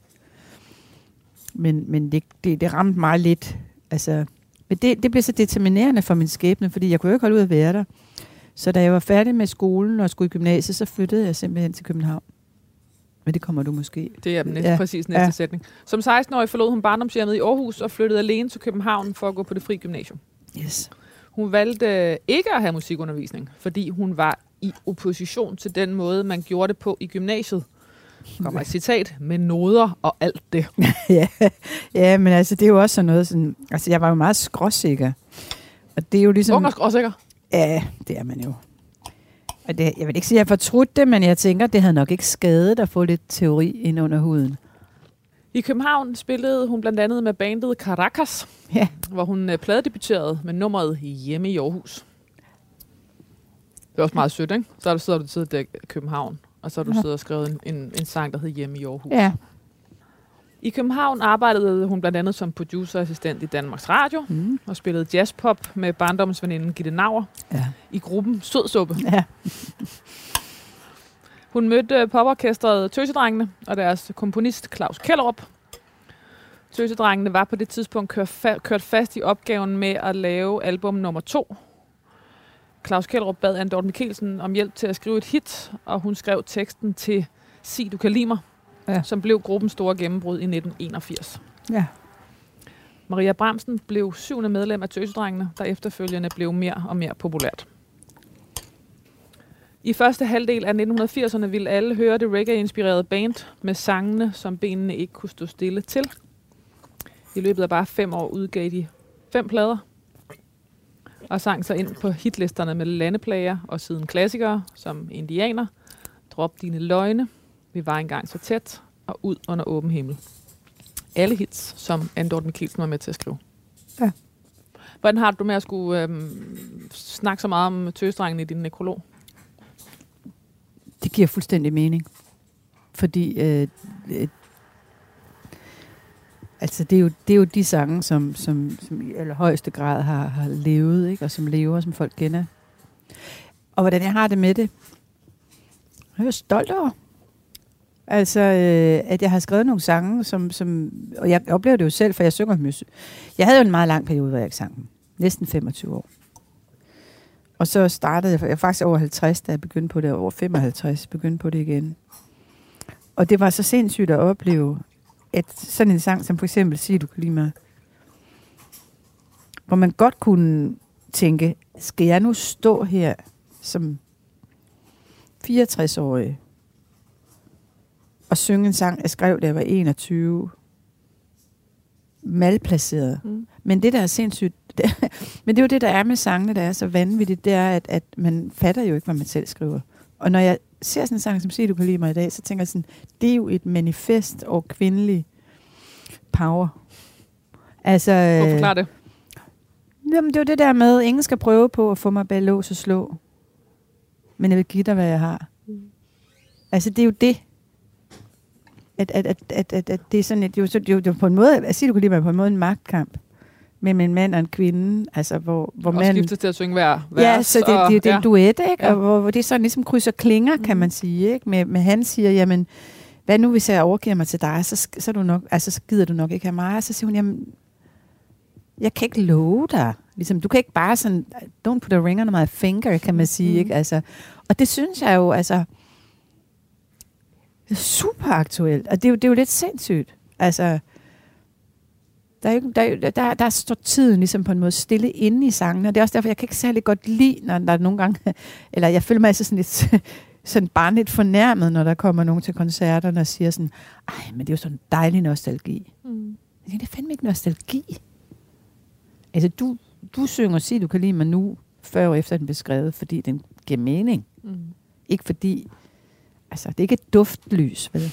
Men, men det, det, det ramte mig lidt. Altså, men det, det blev så determinerende for min skæbne, fordi jeg kunne jo ikke holde ud at være der. Så da jeg var færdig med skolen og skulle i gymnasiet, så flyttede jeg simpelthen til København. Men det kommer du måske. Det er næste, Ja. præcis næste Ja. ja. sætning. Som seksten-årig forlod hun barndomshjemmet i Aarhus og flyttede alene til København for at gå på det fri gymnasium. Yes. Hun valgte ikke at have musikundervisning, fordi hun var i opposition til den måde, man gjorde det på i gymnasiet. Kommer et citat, med noder og alt det. ja. ja, men altså, det er jo også sådan noget sådan... Altså, jeg var jo meget skråsikker. Og det er jo ligesom... Ung og skråsikker. Ja, det er man jo. Og det, jeg vil ikke sige, at jeg fortrudt det, men jeg tænker, det havde nok ikke skadet at få lidt teori ind under huden. I København spillede hun blandt andet med bandet Caracas, Ja. hvor hun øh, pladedebuterede med nummeret Hjemme i Aarhus. Det er også meget sødt, ikke? Så har du siddet du siddet i København, og så har du siddet og skrevet en, en, en sang, der hed Hjemme i Aarhus. Ja. I København arbejdede hun blandt andet som producerassistent i Danmarks Radio, mm. og spillede jazzpop med barndomsveninden Gitte Nauer ja. i gruppen Sødsuppe. Ja. Hun mødte poporkestret Tøsedrengene og deres komponist Claus Kellerup. Tøsedrengene var på det tidspunkt kørt, fa- kørt fast i opgaven med at lave album nummer to. Claus Kellerup bad Anne Dorthe Michelsen om hjælp til at skrive et hit, og hun skrev teksten til Sig du kan lide mig, ja. som blev gruppens store gennembrud i nitten enogfirs. Ja. Maria Bramsen blev syvende medlem af Tøsedrengene, der efterfølgende blev mere og mere populært. I første halvdel af nitten firserne ville alle høre det reggae-inspirerede band med sangene, som benene ikke kunne stå stille til. I løbet af bare fem år udgav de fem plader og sang sig ind på hitlisterne med landeplager og siden klassikere som Indianer, Drop dine løgne, Vi var engang så tæt og Ud under åben himmel. Alle hits, som Anne Dorthe Michelsen var med til at skrive. Ja. Hvordan har du med at skulle øhm, snakke så meget om Tøsedrengene i din nekrolog? Det giver fuldstændig mening. Fordi øh, øh, altså det er, jo, det er jo de sange, som, som, som i allerhøjeste grad har, har levet, ikke? Og som lever, som folk kender. Og hvordan jeg har det med det, jeg er jo stolt over. Altså, øh, at jeg har skrevet nogle sange, som, som, og jeg oplever det jo selv, for jeg synger dem. Jeg havde jo en meget lang periode, hvor jeg ikke sang dem. Næsten femogtyve år. Og så startede jeg, jeg var faktisk over halvtreds, da jeg begyndte på det, over femoghalvtreds, begyndte på det igen. Og det var så sindssygt at opleve, at sådan en sang, som for eksempel Sig du kan lide mig, hvor man godt kunne tænke, skal jeg nu stå her som fireogtres-årig og synge en sang, jeg skrev, da jeg var enogtyve, malplaceret. Mm. Men det, der er sindssygt, det, men det er jo det, der er med sangene, der er så vanvittigt, det er, at, at man fatter jo ikke, hvad man selv skriver. Og når jeg ser sådan en sang, som Sig du kan lide mig i dag, så tænker jeg sådan, det er jo et manifest over kvindelig power. Altså, Hvorfor forklare det? Jamen, det er jo det der med, ingen skal prøve på at få mig bag lås og slå. Men jeg vil give dig, hvad jeg har. Mm. Altså, det er jo det. At, at, at, at, at, at det er sådan, at det er jo, det er jo på en måde, at sige, du kan lide mig på en måde en magtkamp mellem en mand og en kvinde, altså hvor, hvor og man skiftes til at synge hver vers. Ja, så det, og, det, det er en ja. duet, ikke? Ja. Og hvor, hvor det sådan ligesom krydser klinger, kan man sige, ikke? Med, med han siger, jamen, hvad nu hvis jeg overgiver mig til dig, så, så, du nok, altså, så gider du nok ikke have mig. Så siger hun, jamen, jeg kan ikke love dig. Ligesom, du kan ikke bare sådan, don't put a ring on my finger, kan man sige, mm. ikke? Altså, og det synes jeg jo, altså, det er super aktuelt, og det er jo, det er jo lidt sindssygt. Altså, der, er jo, der, der, der står tiden ligesom på en måde stille inde i sangene, og det er også derfor, jeg kan ikke særlig godt lide, når der er nogle gange, eller jeg føler mig altså sådan lidt, sådan bare lidt fornærmet, når der kommer nogen til koncerterne og siger sådan, ej, men det er jo sådan en dejlig nostalgi. Mm. Det er fandme ikke nostalgi. Altså, du, du synger Sig du kan lide mig nu, før og efter den blev skrevet, fordi den giver mening. Mm. Ikke fordi, altså, det er ikke et duftlys, vel?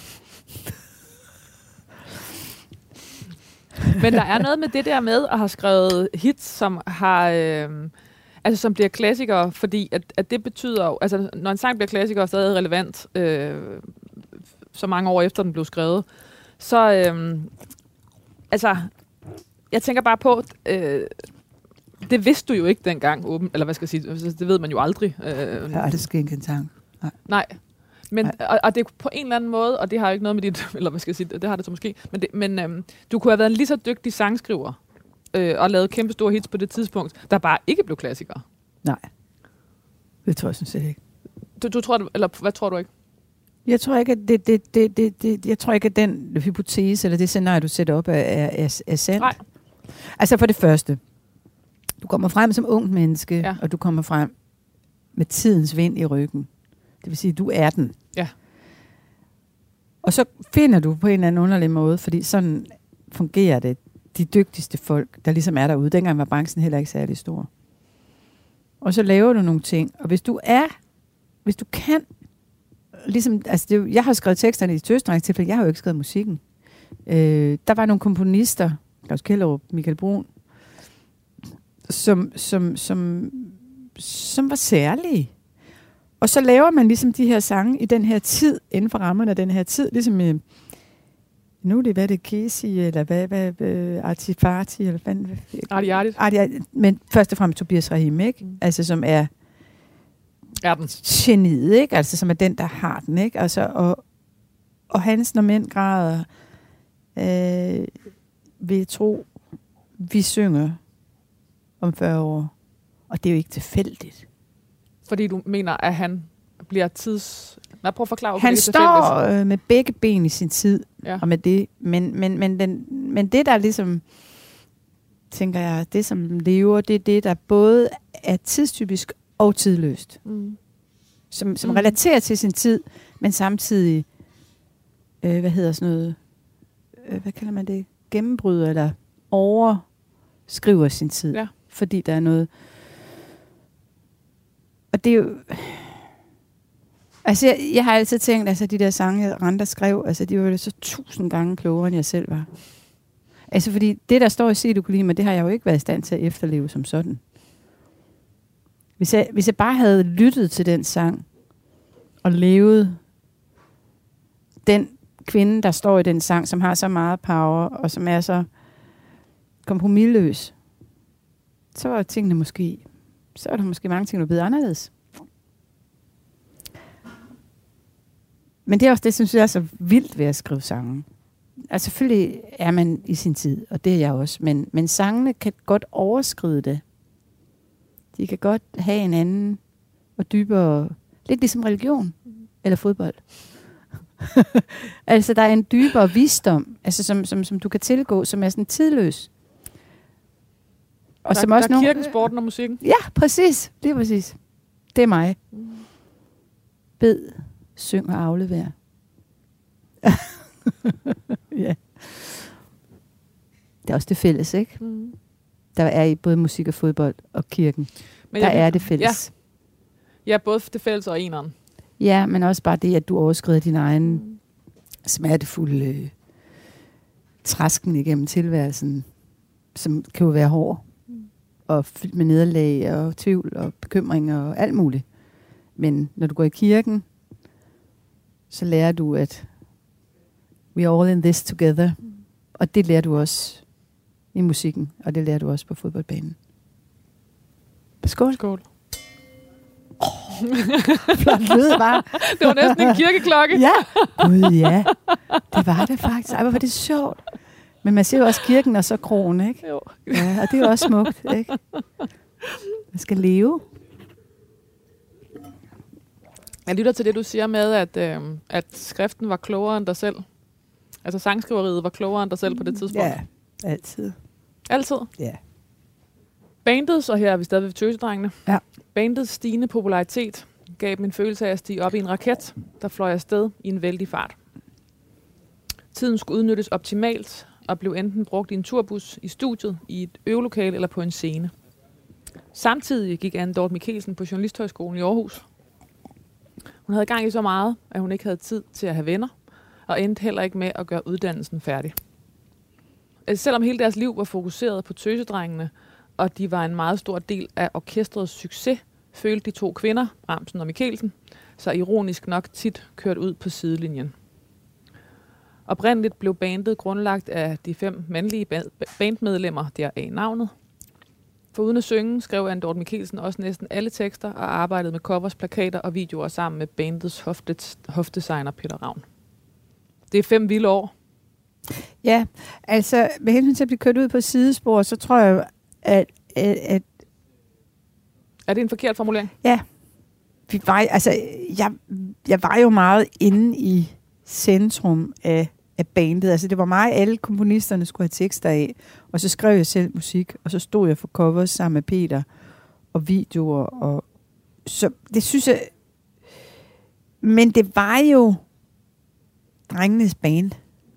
Men der er noget med det der med at have skrevet hits, som har, øh, altså som bliver klassikere, fordi at, at det betyder jo, altså når en sang bliver klassiker og stadig relevant, øh, så mange år efter den blev skrevet, så, øh, altså, jeg tænker bare på, øh, det vidste du jo ikke dengang, åben, eller hvad skal jeg sige, det ved man jo aldrig. Øh, jeg har aldrig skænket en sang. Nej. Nej. Men, og, og det er på en eller anden måde, og det har jo ikke noget med dit, eller hvad skal jeg sige, det har det så måske, men, det, men øhm, du kunne have været en lige så dygtig sangskriver, øh, og lavet kæmpe store hits på det tidspunkt, der bare ikke blev klassikere. Nej, det tror jeg sådan set ikke. Du, du tror, eller hvad tror du ikke? Jeg tror ikke, at det, det, det, det, det, jeg tror ikke, at den hypotese, eller det scenarie, du sætter op, er, er, er sandt. Nej. Altså for det første, du kommer frem som ung menneske, ja. og du kommer frem med tidens vind i ryggen. Det vil sige, at du er den. Ja. Og så finder du på en eller anden underlig måde, fordi sådan fungerer det, de dygtigste folk, der ligesom er derude. Dengang var branchen heller ikke særlig stor. Og så laver du nogle ting. Og hvis du er, hvis du kan, ligesom, altså det, jeg har skrevet teksterne i Tøsedrenges tilfælde, jeg har jo ikke skrevet musikken. Øh, der var nogle komponister, Claus Kellerup, Michael Brun, som, som, som, som var særlige. Og så laver man ligesom de her sange i den her tid, inden for rammerne af den her tid, ligesom, øh, Nu er det, hvad det er, Casey, eller hvad, hvad, hvad Artifati, eller hvad? Arti Arti, men først og fremmest Tobias Rahim, ikke? Mm. Altså, som er er den. geniet, ikke? Altså, som er den, der har den, ikke? Altså, og, og hans, når mænd græder, øh, vil jeg tro, vi synger om fyrre år. Og det er jo ikke tilfældigt. Fordi du mener, at han bliver tids... Nej, prøv at forklare, han står øh, med begge ben i sin tid, ja. Og med det, men, men, men, den, men det, der ligesom, tænker jeg, det som lever, det er det, der både er tidstypisk og tidløst. Mm. Som, som mm. relaterer til sin tid, men samtidig, øh, hvad hedder sådan noget, øh, hvad kalder man det, gennembryder eller overskriver sin tid. Ja. Fordi der er noget... Og det er jo... Altså, jeg, jeg har altid tænkt, altså, de der sange, Randa skrev, altså, de var jo så tusind gange klogere, end jeg selv var. Altså, fordi det, der står i Sig du kunne lide mig, det har jeg jo ikke været i stand til at efterleve som sådan. Hvis jeg, hvis jeg bare havde lyttet til den sang, og levet den kvinde, der står i den sang, som har så meget power, og som er så kompromisløs, så var tingene måske, så var der måske mange ting, der blev anderledes. Men det er også det, synes jeg er så vildt ved at skrive sange. Altså selvfølgelig er man i sin tid, og det er jeg også, men, men sangene kan godt overskride det. De kan godt have en anden og dybere, lidt ligesom religion eller fodbold. Altså der er en dybere visdom, altså som, som, som du kan tilgå, som er sådan tidløs. Og der, som også der er kirken, sporten og musikken. Ja, præcis. Det er præcis. Det er mig. Mm. Bed, syng og aflever. Ja. Det er også det fælles, ikke? Mm. Der er i både musik og fodbold og kirken. Men der jeg, er det fælles. Ja. Ja, både det fælles og eneren. Ja, men også bare det, at du overskrider din egen mm. smertefulde øh, trasken igennem tilværelsen, som kan jo være hård. Mm. Og fyldt med nederlag og tvivl og bekymring og alt muligt. Men når du går i kirken, så lærer du, at we are all in this together. Mm. Og det lærer du også i musikken, og det lærer du også på fodboldbanen. Skål. Skål. Oh, flot lyd, bare. Det var næsten en kirkeklokke. Ja, gud ja. Det var det faktisk. Ej, hvor var det sjovt. Men man ser jo også kirken og så krogen, ikke? Jo. Ja, og det er jo også smukt, ikke? Man skal leve. Jeg lytter til det, du siger med, at, øh, at skriften var klogere end dig selv. Altså sangskriveriet var klogere end dig selv på det tidspunkt. Ja, altid. Altid? Ja. Bandets, og her er vi stadig ved Tøsedrengene. Ja. Bandets stigende popularitet gav dem en følelse af at stige op i en raket, der fløj afsted i en vældig fart. Tiden skulle udnyttes optimalt og blev enten brugt i en turbus, i studiet, i et øvelokale eller på en scene. Samtidig gik Anne Dorthe Michelsen på Journalisthøjskolen i Aarhus. Hun havde gang i så meget, at hun ikke havde tid til at have venner, og endte heller ikke med at gøre uddannelsen færdig. Altså, selvom hele deres liv var fokuseret på Tøsedrengene, og de var en meget stor del af orkestrets succes, følte de to kvinder, Bramsen og Michelsen, så ironisk nok tit kørt ud på sidelinjen. Oprindeligt blev bandet grundlagt af de fem mandlige bandmedlemmer, deraf navnet. For uden at synge, skrev Anne Dorthe Michelsen også næsten alle tekster og arbejdede med covers, plakater og videoer sammen med bandets hoftet, hofdesigner Peter Ravn. Det er fem vilde år. Ja, altså med hensyn til at blive kørt ud på sidespor, så tror jeg, at... at, at er det en forkert formulering? Ja. Vi var, altså, jeg, jeg var jo meget inde i centrum af, af bandet. Altså det var mig, alle komponisterne skulle have tekster af. Og så skrev jeg selv musik, og så stod jeg for covers sammen med Peter og videoer. Og så det synes jeg... Men det var jo drengenes band.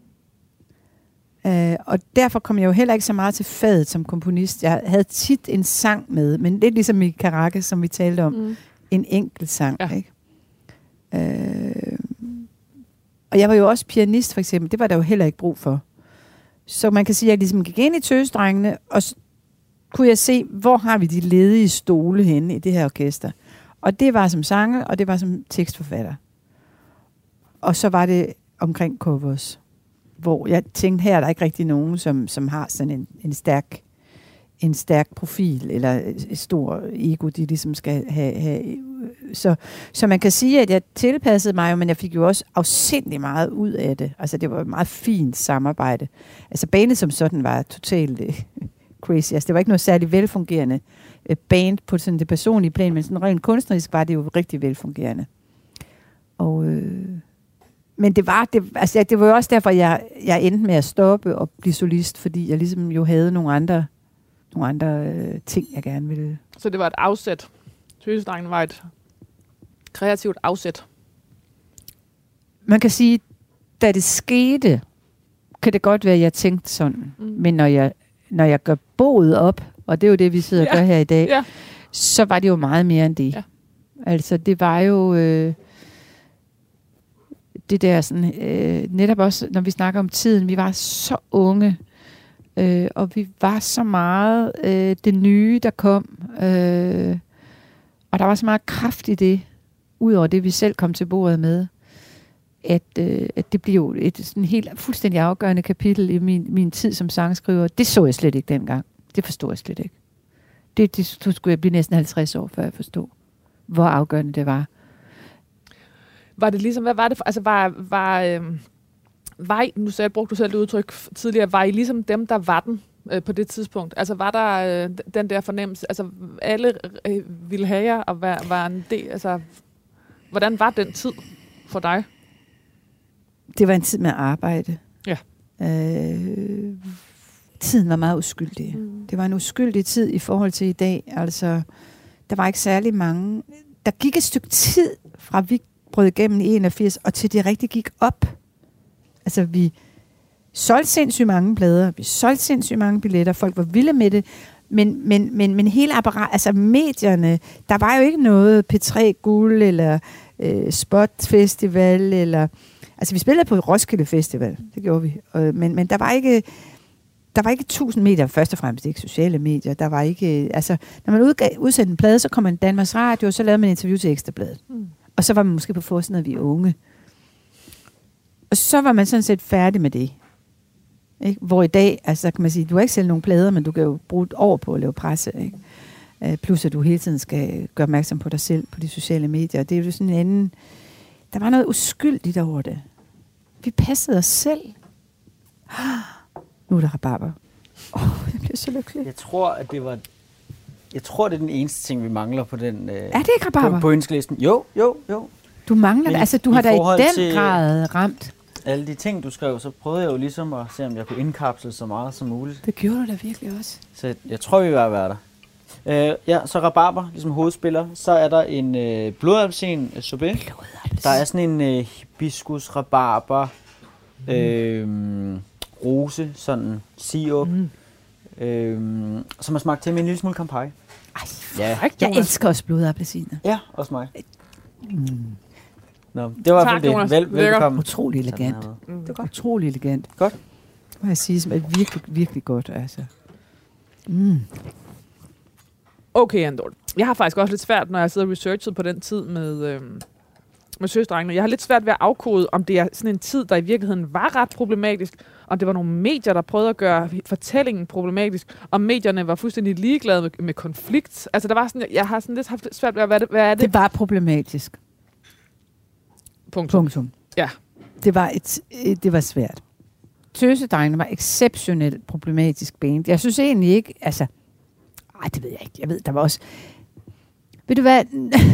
Uh, og derfor kom jeg jo heller ikke så meget til fadet som komponist. Jeg havde tit en sang med, men lidt ligesom i Caracas, som vi talte om. Mm. En enkelt sang, ja. Ikke? Uh, og jeg var jo også pianist, for eksempel. Det var der jo heller ikke brug for. Så man kan sige, at jeg ligesom gik ind i Tøsedrengene, og så kunne jeg se, hvor har vi de ledige stole henne i det her orkester. Og det var som sanger, og det var som tekstforfatter. Og så var det omkring covers. hvor jeg tænkte, her er der ikke rigtig nogen, som, som har sådan en, en stærk en stærk profil, eller et stor ego, de ligesom skal have. have. Så, så man kan sige, at jeg tilpassede mig, men jeg fik jo også afsindig meget ud af det. Altså, det var et meget fint samarbejde. Altså, bandet som sådan var totalt uh, crazy. Altså, det var ikke noget særligt velfungerende uh, band på sådan det personlige plan, men sådan rent kunstnerisk var det jo rigtig velfungerende. Og, øh, men det var, det, altså, det var jo også derfor, jeg, jeg endte med at stoppe og blive solist, fordi jeg ligesom jo havde nogle andre nogle andre øh, ting, jeg gerne ville. Så det var et afsæt. Tøsedrengen var et kreativt afsæt. Man kan sige, da det skete, kan det godt være, at jeg tænkte sådan. Mm. Men når jeg, når jeg gør boet op, og det er jo det, vi sidder ja. og gør her i dag, ja. så var det jo meget mere end det. Ja. Altså, det var jo øh, det der sådan, øh, netop også, når vi snakker om tiden, vi var så unge, Øh, og vi var så meget øh, det nye, der kom. Øh, og der var så meget kraft i det, ud over det, vi selv kom til bordet med, at, øh, at det blev jo et sådan helt fuldstændig afgørende kapitel i min, min tid som sangskriver. Det så jeg slet ikke dengang. Det forstod jeg slet ikke. Det, det, det skulle jeg blive næsten halvtreds år, før jeg forstod, hvor afgørende det var. Var det ligesom, hvad var det for, altså var, var øh... Var I, nu sagde, brugte du selv det udtryk tidligere, var I ligesom dem, der var den øh, på det tidspunkt? Altså var der øh, den der fornemmelse, altså alle øh, ville have jer, og var, var en del, altså hvordan var den tid for dig? Det var en tid med at arbejde. Ja. Øh, tiden var meget uskyldig. Mm. Det var en uskyldig tid i forhold til i dag. Altså, der var ikke særlig mange. Der gik et stykke tid fra vi brød igennem i enogfirs, og til det rigtig gik op. Altså, vi solgte sindssygt mange plader, vi solgte sindssygt mange billetter, folk var vilde med det, men, men, men, men hele apparat, altså medierne, der var jo ikke noget P tre Guld, eller øh, Spot Festival, eller, altså vi spillede på Roskilde Festival, det gjorde vi, øh, men, men der var ikke, der var ikke tusind medier, først og fremmest ikke sociale medier, der var ikke, altså, når man udgav, udsendte en plade, så kom man i Danmarks Radio, og så lavede man interview til Ekstrabladet, mm. og så var man måske på forsiden, at vi er unge. Og så var man sådan set færdig med det. Ikke? Hvor i dag, altså kan man sige, du har ikke selv nogen plader, men du kan jo bruge et år på at lave presse. Ikke? Uh, plus at du hele tiden skal gøre opmærksom på dig selv på de sociale medier. Det er jo sådan en anden. Der var noget uskyldigt over det. Vi passede os selv. Nu er der rabarber. Åh, oh, jeg bliver så lykkelig. Jeg tror, at det var... Jeg tror, det er den eneste ting, vi mangler på den... Øh, er det ikke rabarber? På, på ønskelisten. Jo, jo, jo. Du mangler det. Altså, du har da i den grad ramt. Alle de ting, du skrev, så prøvede jeg jo ligesom at se, om jeg kunne indkapsle så meget som muligt. Det gjorde du da virkelig også. Så jeg tror, vi var være der. Uh, ja, så rabarber, ligesom hovedspiller. Så er der en uh, blodappelsin sorbet. Der er sådan en uh, hibiscus, rabarber, mm. øh, rose, sådan sirup, mm. øh, som har smagt til med en lille smule Campari. Ej, ja. Jeg elsker også blodappelsiner. Ja, også mig. Mm. Nå, det var i hvert fald det. Vel, velkommen. Utrolig elegant. Mm. Det var godt. Utrolig elegant. Godt. Det må jeg sige, som er virkelig, virkelig godt. Altså. Mm. Okay, Andor. Jeg har faktisk også lidt svært, når jeg sidder og researchet på den tid med, øhm, med søstrengene. Jeg har lidt svært ved at afkode, om det er sådan en tid, der i virkeligheden var ret problematisk, om det var nogle medier, der prøvede at gøre fortællingen problematisk, om medierne var fuldstændig ligeglade med, med konflikt. Altså, der var sådan, jeg har sådan lidt haft svært ved at, hvad, det, hvad er det? Det var problematisk. Punktum. Punktum. Ja. Det var, et, et, det var svært. Tøsedrengene var exceptionelt problematisk band. Jeg synes egentlig ikke, altså, ej, det ved jeg ikke. Jeg ved, der var også, ved du hvad,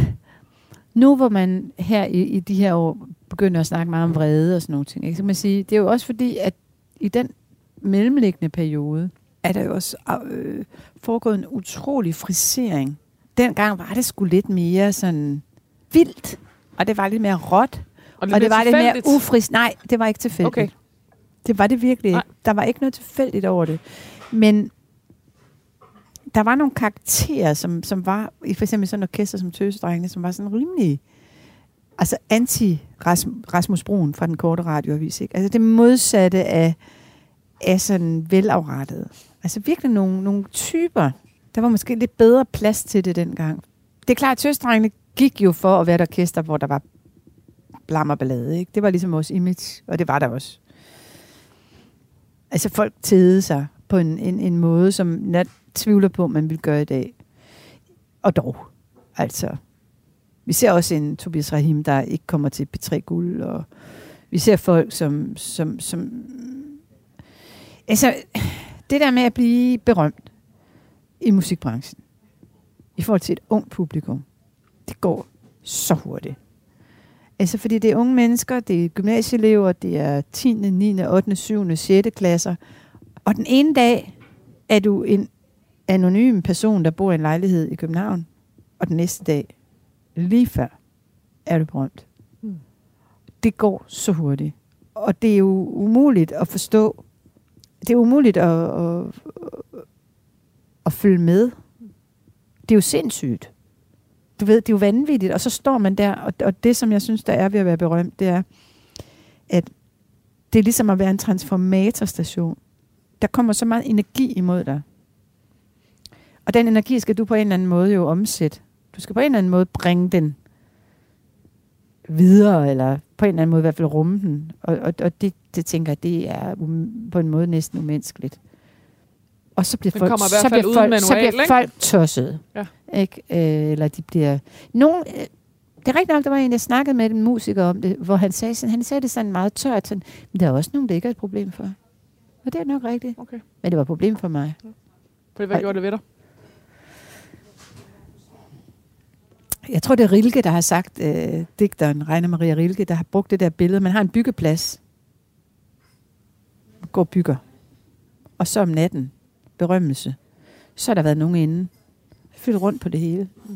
nu hvor man her i, i de her år begynder at snakke meget om vrede og sådan nogle ting, ikke, så kan man sige, det er jo også fordi, at i den mellemliggende periode, er der jo også øh, foregået en utrolig frisering. Dengang var det sgu lidt mere sådan vildt, og det var lidt mere råt, og, og det var lidt mere ufris. Nej, det var ikke tilfældigt. Okay. Det var det virkelig ikke. Der var ikke noget tilfældigt over det. Men der var nogle karakterer, som, som var, i for eksempel sådan en orkester som Tøsedrengene, som var sådan rimelig, altså anti-Rasmus Bruun fra den korte radioavis, ikke? Altså det modsatte af, af sådan velafrettede. Altså virkelig nogle, nogle typer, der var måske lidt bedre plads til det dengang. Det er klart, at Tøsedrengene gik jo for at være et orkester, hvor der var blam og ballade, ikke? Det var ligesom vores image, og det var der også. altså folk tædede sig på en, en, en måde, som jeg tvivler på, man vil gøre i dag. Og dog, altså. Vi ser også en Tobias Rahim, der ikke kommer til P tre Guld, og vi ser folk, som, som, som altså, det der med at blive berømt i musikbranchen, i forhold til et ungt publikum, det går så hurtigt. Altså, fordi det er unge mennesker, det er gymnasieelever, det er tiende, niende, ottende, syvende, sjette klasser, og den ene dag er du en anonym person, der bor i en lejlighed i København, og den næste dag, lige før, er du berømt. Mm. Det går så hurtigt. Og det er jo umuligt at forstå. Det er umuligt at, at, at, at følge med. Det er jo sindssygt. Du ved, det er jo vanvittigt. Og så står man der, og, og det, som jeg synes, der er ved at være berømt, det er, at det er ligesom at være en transformatorstation. Der kommer så meget energi imod dig. Og den energi skal du på en eller anden måde jo omsætte. Du skal på en eller anden måde bringe den videre, eller på en eller anden måde i hvert fald rumme den. Og, og, og det, det tænker jeg, det er um, på en måde næsten umenneskeligt. Og så bliver folk, så bliver folk, så bliver folk tosset. Ja. Ikke? Øh, eller de bliver... Nogen, øh, det er rigtigt nok, der var en, der snakkede med en musiker om det, hvor han sagde, sådan, han sagde det sådan meget tørt, sådan, men der er også nogen, der ikke er et problem for. Og det er nok rigtigt. Okay. Men det var et problem for mig. Ja. For hvad og, gjorde det ved dig? Jeg tror, det er Rilke, der har sagt, øh, digteren Rainer Maria Rilke, der har brugt det der billede. Man har en byggeplads. Man går og bygger. Og så om natten, berømmelse, så har der været nogen inde. Fyldt rundt på det hele. Mm.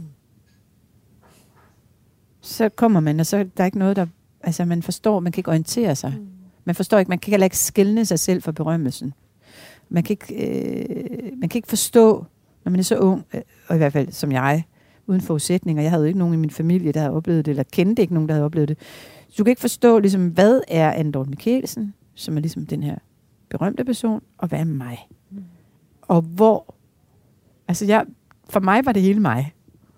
Så kommer man, og så er der ikke noget, der... Altså, man forstår, man kan ikke orientere sig. Mm. Man forstår ikke, man kan heller ikke skelne sig selv for berømmelsen. Man kan ikke, øh, man kan ikke forstå, når man er så ung, øh, og i hvert fald som jeg, uden forudsætninger. Jeg havde jo ikke nogen i min familie, der havde oplevet det, eller kendte ikke nogen, der havde oplevet det. Så du kan ikke forstå, ligesom, hvad er Anne Dorthe Michelsen, som er ligesom den her berømte person, og hvad er mig? Mm. Og hvor... Altså, jeg, for mig var det hele mig.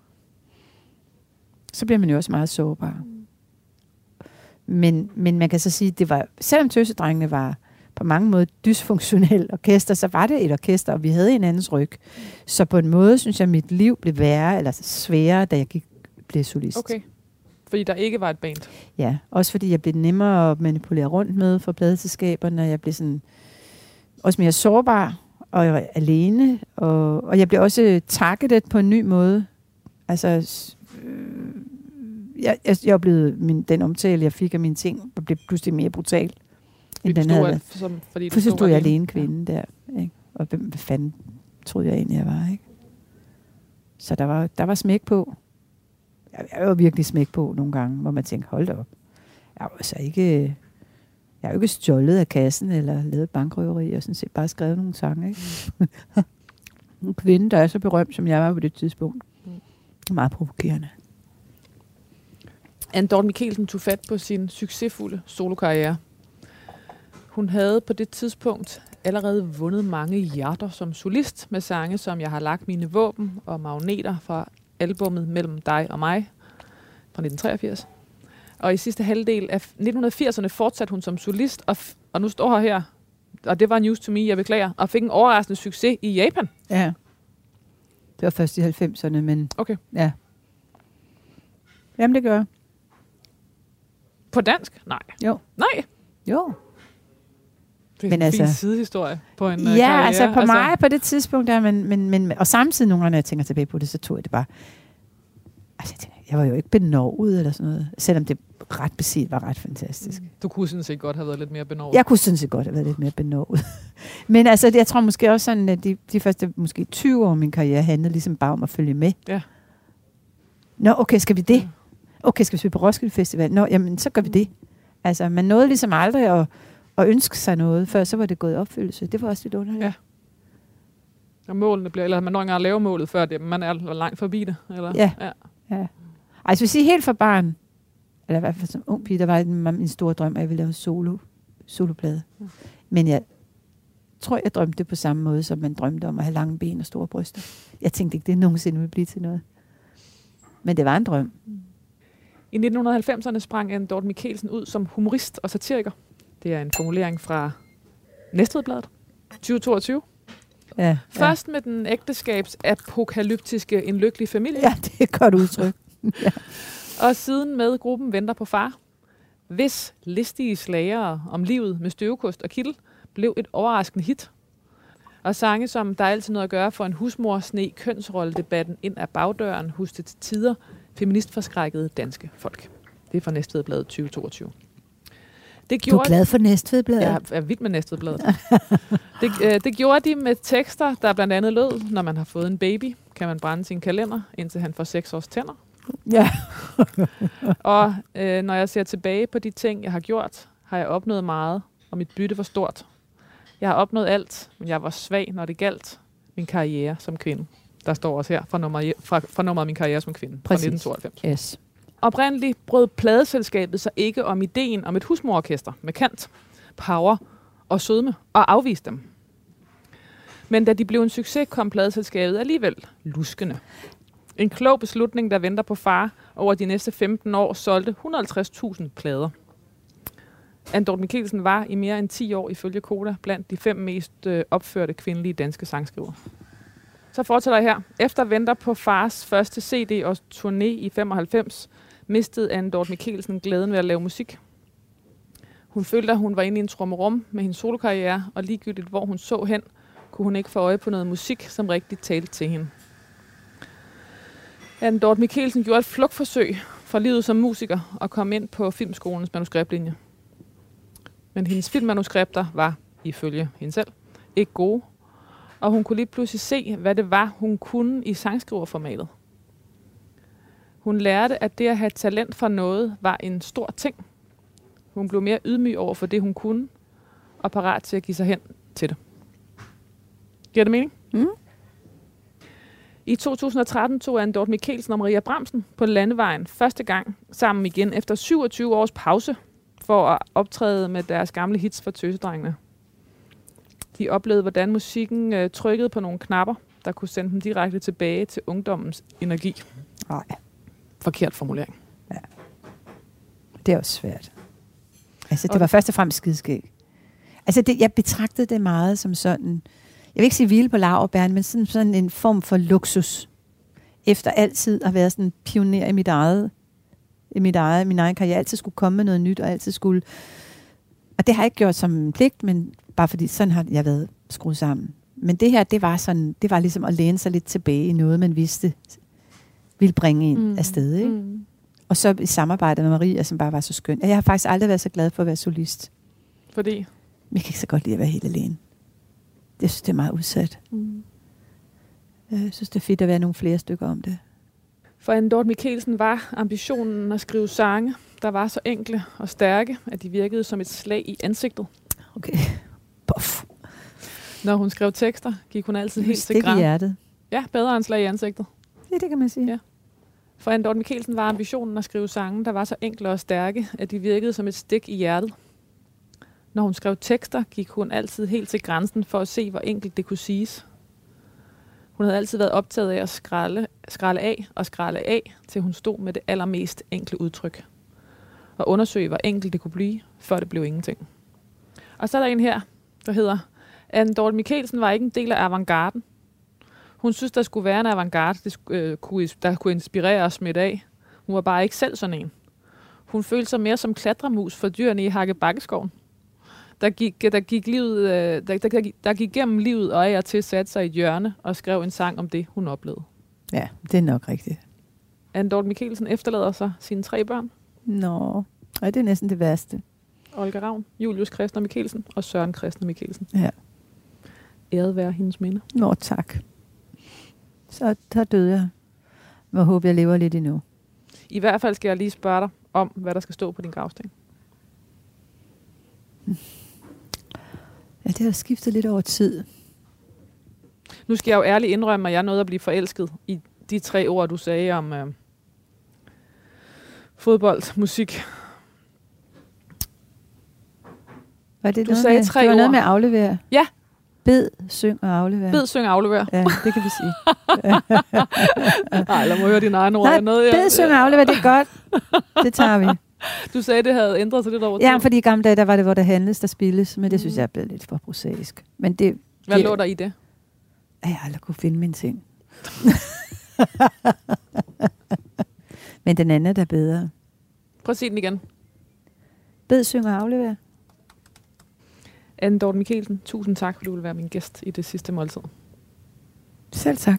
Så bliver man jo også meget sårbar. Mm. Men, men man kan så sige, det var, selvom Tøsedrengene var på mange måder dysfunktionelt orkester, så var det et orkester, og vi havde en andens ryg. Så på en måde, synes jeg, mit liv blev værre, eller sværere, da jeg gik, blev solist. Okay. Fordi der ikke var et band? Ja, også fordi jeg blev nemmere at manipulere rundt med for pladeselskaberne, og jeg blev sådan også mere sårbar og alene, og, og jeg blev også targetet på en ny måde. Altså, øh, jeg, jeg, jeg oplevede min, den omtale, jeg fik af mine ting, og blev pludselig mere brutal. Fordi du stod, at, som, fordi du stod jeg alene kvinde ja. der. Ikke? Og hvem hvad fanden troede jeg egentlig, jeg var, ikke? Så der var, der var smæk på. Jeg, jeg var virkelig smæk på nogle gange, hvor man tænkte, hold da op. Jeg var så ikke... Jeg har jo ikke stjålet af kassen, eller lavet bankrøveri, og sådan set bare skrevet nogle sange, ikke? En kvinde, der er så berømt, som jeg var på det tidspunkt. Mm. Meget provokerende. Anne Dorthe Michelsen tog fat på sin succesfulde solokarriere. Hun havde på det tidspunkt allerede vundet mange hjerter som solist med sange, som Jeg har lagt mine våben og Magneter fra albummet Mellem dig og mig fra nitten treogfirs. Og i sidste halvdel af nitten firserne fortsatte hun som solist, og, f- og nu står her her, og det var news to me, jeg beklager, og fik en overraskende succes i Japan. Ja. Det var først i halvfemserne, men... Okay. Ja. Jamen, det gør. På dansk? Nej. Jo. Nej. Jo. Det er men en altså, fin sidehistorie på en ja, karriere. Ja, altså på altså. mig på det tidspunkt der, men, men, men, og samtidig nogle gange, når jeg tænker tilbage på det, så tog jeg det bare... Altså, jeg, tænker, jeg var jo ikke benovet eller sådan noget, selvom det ret beset var ret fantastisk. Du kunne sådan set godt have været lidt mere benovet. Jeg kunne sådan set godt have været lidt mere benovet. Men altså, jeg tror måske også sådan, at de, de første måske tyve år af min karriere handlede ligesom bare om at følge med. Ja. Nå, okay, skal vi det? Okay, skal vi spille på Roskilde Festival? Nå, jamen, så gør vi det. Altså, man nåede ligesom aldrig at, at ønske sig noget, før så var det gået i opfyldelse. Det var også lidt underligt. Ja. Og målene bliver, eller man når ikke engang lave målet, før det, man er langt forbi det. Eller? Ja. ja. ja. Altså, hvis I helt fra barn, eller i hvert fald som ung pige, der var en, min store drøm, at jeg ville lave solo, soloplade. Ja. Men jeg tror, jeg drømte det på samme måde, som man drømte om at have lange ben og store bryster. Jeg tænkte ikke, det nogensinde ville blive til noget. Men det var en drøm. I nitten halvfemserne sprang Anne Dorthe Michelsen ud som humorist og satiriker. Det er en formulering fra Næstvedbladet. tyve toogtyve. Ja, Først ja. med den ægteskabsapokalyptiske En lykkelig familie. Ja, det er et godt udtryk. Ja. Og siden med gruppen Venter på far, hvis listige slagere om livet med støvkost og kittel blev et overraskende hit. Og sange som Der er altid noget at gøre for en husmor, sne kønsrolledebatten ind af bagdøren, huske til tider, feministforskrækkede danske folk. Det er fra Næstvedbladet tyve toogtyve. Det gjorde du er glad for Næstvedbladet? Jeg er vild med Næstvedbladet. det, øh, det gjorde de med tekster, der blandt andet lød, når man har fået en baby, kan man brænde sin kalender, indtil han får seks års tænder. Ja. Og øh, når jeg ser tilbage på de ting, jeg har gjort, har jeg opnået meget, og mit bytte var stort. Jeg har opnået alt, men jeg var svag, når det galt min karriere som kvinde. Der står også her fra, nummer, fra, fra nummeret Min karriere som kvinde. Præcis. Fra nitten tooghalvfems. Yes. Oprindeligt brød pladeselskabet sig ikke om ideen om et husmororkester med kant, power og sødme, og afviste dem. Men da de blev en succes, kom pladeselskabet alligevel luskende. En klog beslutning, der venter på far, over de næste femten år solgte et hundrede og halvtreds tusind plader. Anne Dorthe Michelsen var i mere end ti år ifølge Koda blandt de fem mest øh, opførte kvindelige danske sangskrivere. Så fortsætter jeg her. Efter Venter på fars første C D og turné i femoghalvfems, mistede Anne Dorthe Michelsen glæden ved at lave musik. Hun følte, at hun var inde i en trommerum med hendes solokarriere, og ligegyldigt hvor hun så hen, kunne hun ikke få øje på noget musik, som rigtig talte til hende. Anne Dorthe Michelsen gjorde et flugtforsøg fra livet som musiker og kom ind på Filmskolens manuskriptlinje. Men hendes filmmanuskripter var, ifølge hende selv, ikke gode, og hun kunne lige pludselig se, hvad det var, hun kunne i sangskriverformatet. Hun lærte, at det at have talent for noget var en stor ting. Hun blev mere ydmyg over for det, hun kunne, og parat til at give sig hen til det. Giver det mening? Mm. I to tusind og tretten tog Anne Dorthe Michelsen og Maria Bramsen på Landevejen første gang sammen igen efter syvogtyve års pause for at optræde med deres gamle hits for tøsedrengene. De oplevede, hvordan musikken øh, trykkede på nogle knapper, der kunne sende dem direkte tilbage til ungdommens energi. Nej. Forkert formulering. Ja. Det er også svært. Altså, det og var først og fremmest skideskæg. Altså, det, jeg betragtede det meget som sådan, jeg vil ikke sige hvile på laurbæren, men sådan, sådan en form for luksus. Efter altid at være sådan en pioner i mit eget, i mit eget, min egen karriere. Jeg altid skulle komme med noget nyt, og altid skulle... Og det har jeg ikke gjort som en pligt, men bare fordi sådan har jeg været skruet sammen. Men det her, det var sådan, det var ligesom at læne sig lidt tilbage i noget, man vidste ville bringe en mm. afsted, ikke? Mm. Og så i samarbejde med Maria, som bare var så skøn. Jeg har faktisk aldrig været så glad for at være solist. Fordi? Jeg kan ikke så godt lide at være helt alene. Jeg synes, det er meget udsat. Mm. Jeg synes, det er fedt at være nogle flere stykker om det. For Anne Dorthe Michelsen var ambitionen at skrive sange, der var så enkle og stærke, at de virkede som et slag i ansigtet. Okay. Puff. Når hun skrev tekster, gik hun altid helt til græn. I hjertet. Ja, bedre end slag i ansigtet. Ja, det kan man sige. Ja. For Anne Dorthe Michelsen var ambitionen at skrive sange, der var så enkle og stærke, at de virkede som et stik i hjertet. Når hun skrev tekster, gik hun altid helt til grænsen for at se, hvor enkelt det kunne siges. Hun havde altid været optaget af at skralde, skralde af og skralde af, til hun stod med det allermest enkle udtryk. Og undersøge, hvor enkelt det kunne blive, før det blev ingenting. Og så er der en her, der hedder, Anne Dorthe Michelsen var ikke en del af avantgarden. Hun synes, der skulle være en avantgarde, det skulle, øh, kunne, der kunne inspirere og smitte af. Hun var bare ikke selv sådan en. Hun følte sig mere som klatremus for dyrene i Hakke-Bakkeskoven. Der gik, der, gik livet, der, der, der gik gennem livet og af og til satte sig i et hjørne og skrev en sang om det, hun oplevede. Ja, det er nok rigtigt. Anne Dorthe Michelsen efterlader sig sine tre børn. Nå, ja, det er næsten det værste. Olga Ravn, Julius Kristner Michelsen og Søren Kristner Michelsen. Ja. Æret være hendes minde. Nå, tak. Så der døde jeg. Jeg håber, jeg lever lidt endnu. I hvert fald skal jeg lige spørge dig om, hvad der skal stå på din gravsten. Ja, det har skiftet lidt over tid. Nu skal jeg jo ærligt indrømme, at jeg nåede at blive forelsket i de tre ord, du sagde om øh, fodbold, musik. Var det du noget sagde med, tre det var ord. noget med at aflevere? Ja. Bed, syng og aflevere. Bed, syng og aflevere. Ja, det kan vi sige. Nej, lad mig høre dine egne ord. Nej, noget, bed, syng og aflevere, det er godt. Det tager vi. Du sagde, det havde ændret sig lidt over tid. Ja, fordi i gamle dage, der var det, hvor der handles, der spilles, men det synes jeg er blevet lidt for prosaisk. Men det, Hvad det, lå der i det? At jeg aldrig kunne finde mine ting. Men den anden er da bedre. Prøv at sige den igen. Bed, syng og aflever. Anne Dorthe Michelsen, tusind tak, fordi du vil være min gæst i det sidste måltid. Selv tak.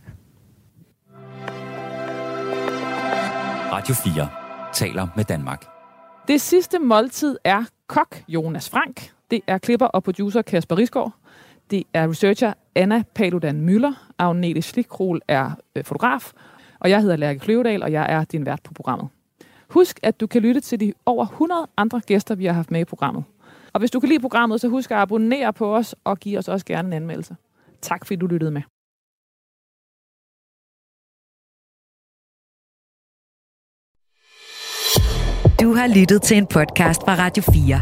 Radio fire taler med Danmark. Det sidste måltid er kok Jonas Frank. Det er klipper og producer Kasper Risgaard. Det er researcher Anna Paludan Müller. Agnete Schlickrohl er øh, fotograf. Og jeg hedder Lærke Kløvedal, og jeg er din vært på programmet. Husk, at du kan lytte til de over hundrede andre gæster, vi har haft med i programmet. Og hvis du kan lide programmet, så husk at abonnere på os og give os også gerne en anmeldelse. Tak fordi du lyttede med. Du har lyttet til en podcast fra Radio fire.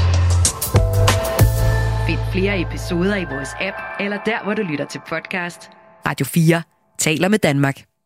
Find flere episoder i vores app, eller der, hvor du lytter til podcast. Radio fire taler med Danmark.